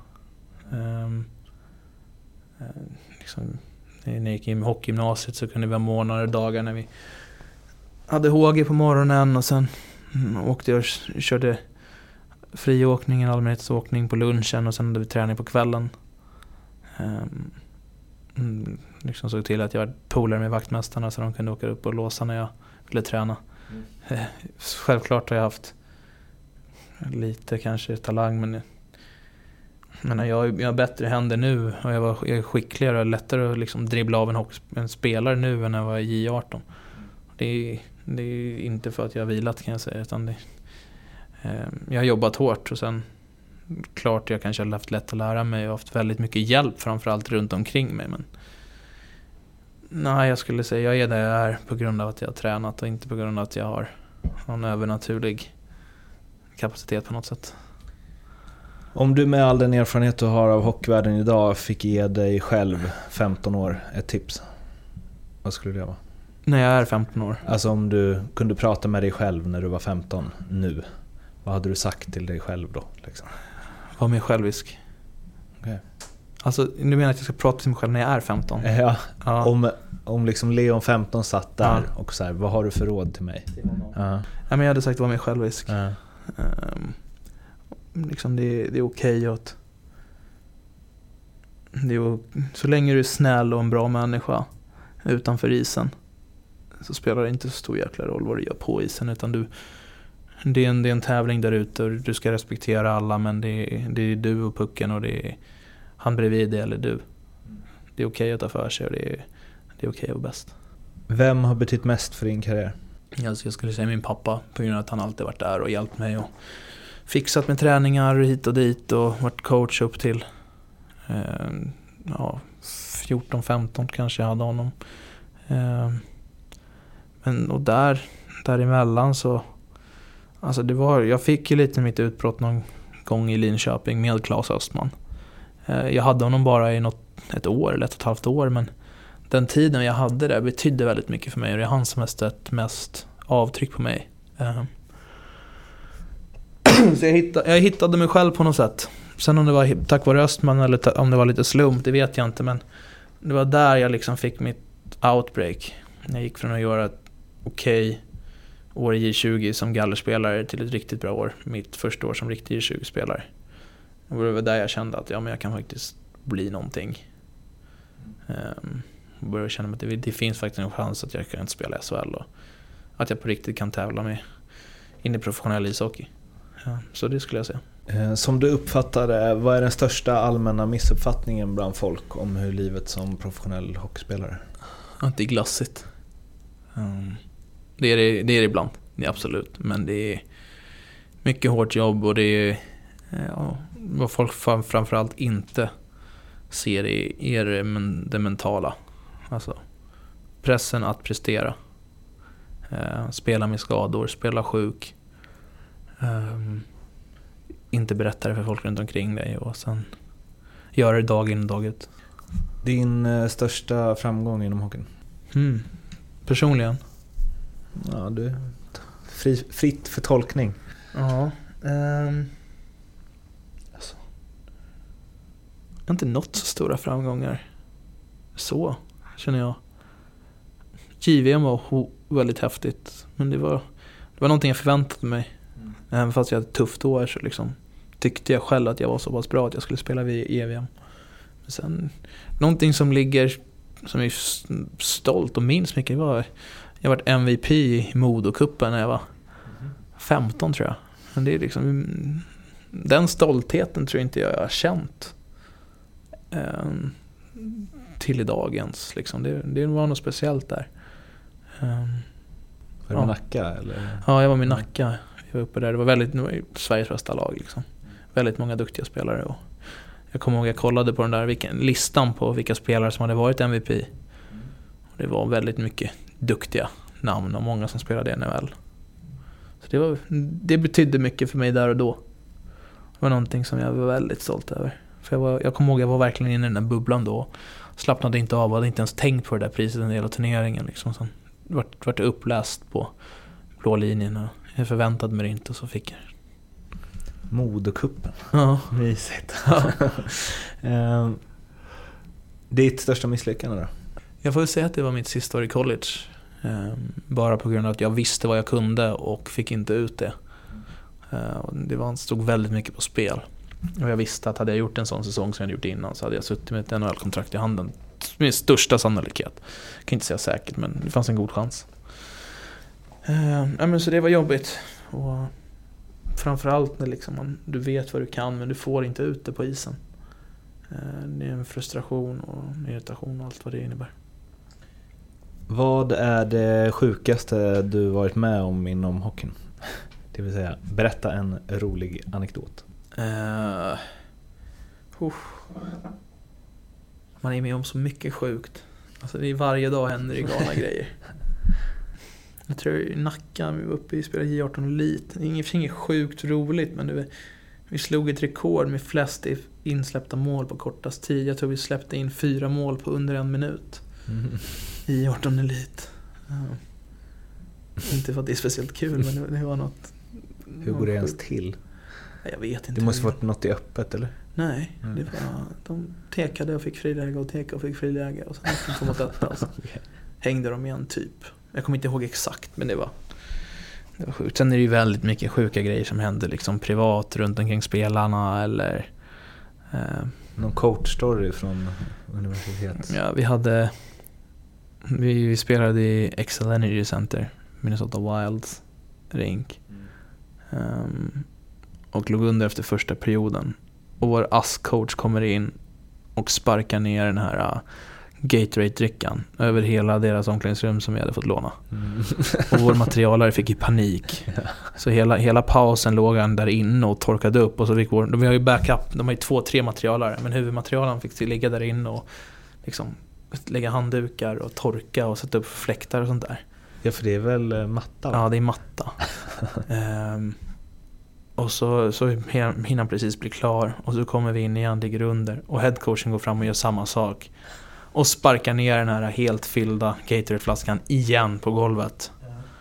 Liksom, när jag gick in i hockeygymnasiet så kunde vi ha månader dagar när vi hade HG på morgonen och sen åkte jag och körde friåkningen, allmänhetsåkning på lunchen och sen hade vi träning på kvällen. Liksom såg till att jag var polare med vaktmästarna så de kunde åka upp och låsa när jag ville träna. Självklart har jag haft lite kanske talang, men jag har bättre händer nu och jag är skickligare och lättare att liksom dribbla av en spelare nu än när jag var i J18. Det är inte för att jag har vilat, kan jag säga, utan jag har jobbat hårt och sen klart jag kanske har haft lätt att lära mig och haft väldigt mycket hjälp framförallt runt omkring mig, men nej, jag skulle säga jag är där jag är på grund av att jag har tränat och inte på grund av att jag har någon övernaturlig kapacitet på något sätt. Om du med all den erfarenhet du har av hockeyvärlden idag fick ge dig själv 15 år ett tips, vad skulle det vara? När jag är 15 år? Alltså om du kunde prata med dig själv när du var 15 nu, vad hade du sagt till dig själv då? Liksom? Var mer självisk. Okay. Alltså, du menar att jag ska prata till mig själv när jag är 15? Ja. Om liksom Leon 15 satt där och så här, vad har du för råd till mig? Ja, men jag hade sagt var mer självisk. Liksom det är okej att så länge du är snäll och en bra människa utanför isen så spelar det inte så stor jäkla roll vad du gör på isen, utan det är en tävling där ute och du ska respektera alla, men det är du och pucken och det är han bredvid dig eller du. Det är okej att ta för sig och det är okej att vara bäst. Vem har betytt mest för din karriär? Alltså jag skulle säga min pappa, på grund av att han alltid varit där och hjälpt mig och fixat med träningar hit och dit och varit coach upp till 14-15 kanske jag hade honom. Men och däremellan så alltså jag fick ju lite mitt utbrott någon gång i Linköping med Claes Östman. Jag hade honom bara i ett år eller 1,5 år, men den tiden jag hade där betydde väldigt mycket för mig och det är han som har stött mest avtryck på mig. Så jag hittade mig själv på något sätt. Sen om det var tack vare Östman eller om det var lite slump, det vet jag inte, men det var där jag liksom fick mitt outbreak. Jag gick från att göra ett okej år i J20 som gallerspelare till ett riktigt bra år, mitt första år som riktig J20-spelare. Och det var där jag kände att men jag kan faktiskt bli någonting. Och började känna att det finns faktiskt en chans att jag kan spela SHL och att jag på riktigt kan tävla med in i professionell ishockey. Ja, så det skulle jag säga. Som du uppfattar det, vad är den största allmänna missuppfattningen bland folk om hur livet som professionell hockeyspelare? Att det är glassigt. Det är det ibland, det är absolut. Men det är mycket hårt jobb och det är vad folk framförallt inte ser är det mentala. Alltså pressen att prestera. Spela med skador, spela sjuk. Inte berätta det för folk runt omkring dig och sen göra det dag in och dag ut. Din största framgång inom hockeyn? Personligen? Ja, du fritt för tolkning. Ja. Alltså. Jag har inte nått så stora framgångar. Så känner jag. JVM var väldigt häftigt. Men det var någonting jag förväntade mig. Även fast jag hade ett tufft år så liksom tyckte jag själv att jag var så pass bra att jag skulle spela vid EVM. Men sen, någonting som ligger, som jag är stolt och minns mycket var, jag varit MVP i Modo-cupen när jag var 15 tror jag. Men det är liksom, den stoltheten tror jag inte jag har känt till idag ens. Liksom. Det var något speciellt där. Var det Nacka? Eller? Ja, jag var med Nacka. Jag var uppe där. Det var Sveriges bästa lag. Liksom. Väldigt många duktiga spelare. Och jag kommer ihåg att jag kollade på den där listan på vilka spelare som hade varit MVP. Och det var väldigt mycket duktiga namn och många som spelade i NHL. Så det betydde mycket för mig där och då. Det var någonting som jag var väldigt stolt över. För jag kommer ihåg att jag var verkligen inne i den där bubblan då. Slappnade inte av och hade inte ens tänkt på det där priset en del av turneringen. Liksom. Sen vart det uppläst på blå linjen och jag förväntade mig det inte och så fick jag det. Modo-cupen. Ja. Mysigt. Ja. Ditt största misslyckande då? Jag får väl säga att det var mitt sista år i college. Bara på grund av att jag visste vad jag kunde och fick inte ut det. Det stod väldigt mycket på spel. Och jag visste att hade jag gjort en sån säsong som jag gjort innan så hade jag suttit med ett NHL-kontrakt i handen med största sannolikhet. Jag kan inte säga säkert, men det fanns en god chans. Men så det var jobbigt. Och framförallt när liksom du vet vad du kan men du får inte ut det på isen. Det är en frustration och irritation och allt vad det innebär. Vad är det sjukaste du varit med om inom hockeyn? Det vill säga, berätta en rolig anekdot. Man är med om så mycket sjukt. Alltså det är varje dag händer det galna grejer. Jag tror i Nacka vi var uppe i spelade J18 Elite. Det är inget sjukt roligt men vi slog ett rekord med flest insläppta mål på kortast tid. Jag tror vi släppte in 4 mål på under 1 minut. I J18 Elite. Inte för att det är speciellt kul men det var något. Hur går det ens till? Jag vet inte. Det måste varit något i öppet eller? Nej, det var, de tekade och fick friläge och tekade och fick friläge och sen kom mot detta och så hängde de igen typ. Jag kommer inte ihåg exakt men det var sjukt. Sen är det ju väldigt mycket sjuka grejer som händer liksom privat runt omkring spelarna eller någon coach-story från universitet. Ja, vi spelade i Excel Energy Center, Minnesota Wilds rink. Och låg under efter första perioden. Och vår ASK-coach kommer in och sparkar ner den här Gatorade-drickan över hela deras omklädningsrum som vi hade fått låna. Och vår materialare fick ju panik. Så hela pausen låg han där inne och torkade upp. Och så fick de har ju backup, de har ju 2-3 materialare. Men huvudmaterialen fick ligga där inne och liksom lägga handdukar och torka och sätta upp fläktar och sånt där. Ja, för det är väl matta? Ja, det är matta. Och så hinner han precis bli klar. Och så kommer vi in igen, ligger under. Och headcoachen går fram och gör samma sak. Och sparkar ner den här helt fyllda Gatorade-flaskan igen på golvet.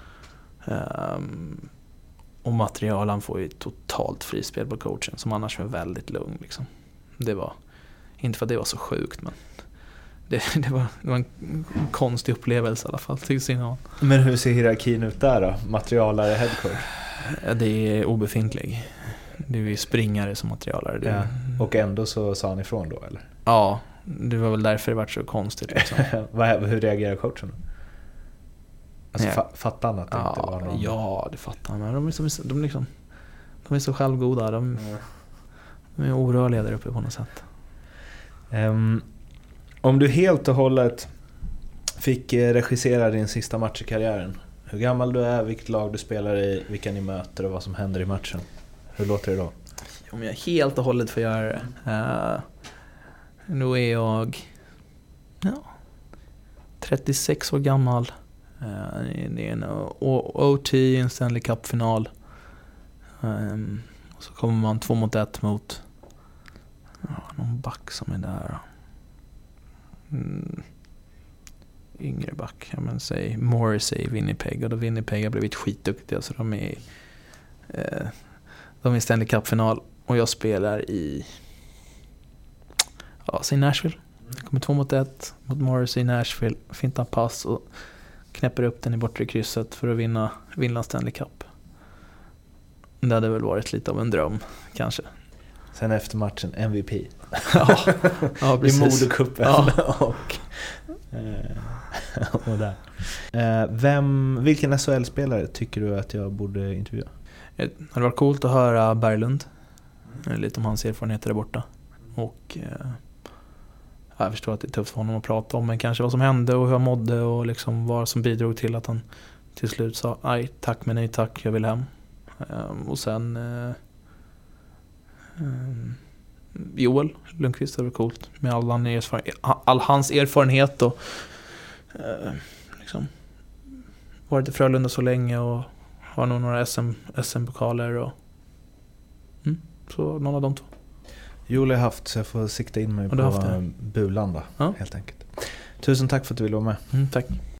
Och materialen får ju totalt frispel på coachen. Som annars var väldigt lugn liksom. Det var, inte för att det var så sjukt men det var en konstig upplevelse i alla fall. Men hur ser hierarkin ut där då? Materialare, headcoach? Det är obefintlig. Det är ju springare som materialare. Ja. Och ändå så sa han ifrån då eller? Ja, det var väl därför det var så konstigt liksom. Hur reagerar coachen? Alltså fattar han att det inte var någon? Ja, det fattar han. Men de är så självgoda. De är orörliga där uppe på något sätt. Om du helt och hållet fick regissera din sista match i karriären, hur gammal du är, vilket lag du spelar i, vilka ni möter och vad som händer i matchen, hur låter det då? om jag helt och hållet får göra det. Då är jag 36 år gammal. Det är en OT i en Stanley Cup-final. Och så kommer man 2-1 mot någon back som är där. Yngre back, men säg Morrissey i Winnipeg. Och då Winnipeg har blivit skitduktiga, så de är i Stanley Cup-final. Och jag spelar i säg Nashville. Jag kommer 2-1 mot Morrissey i Nashville. Fintar pass och knäpper upp den i bortre krysset för att vinna Stanley Cup. Det hade väl varit lite av en dröm, kanske. Sen efter matchen, MVP. Ja, precis. I Modocupen. Och där. Vilken SHL-spelare tycker du att jag borde intervjua? Det hade varit coolt att höra Berglund. Lite om hans erfarenheter där borta. Och jag förstår att det är tufft för honom att prata om, men kanske vad som hände och hur han mådde och liksom vad som bidrog till att han till slut sa aj, tack men nej tack, jag vill hem. Och sen Joel Lundqvist, det var coolt med all hans erfarenhet och liksom varit i Frölunda så länge och har nog några SM-pokaler och så någon av de två. Joel har haft, så jag får sikta in mig på Bulan då, helt enkelt. Tusen tack för att du ville vara med. Tack.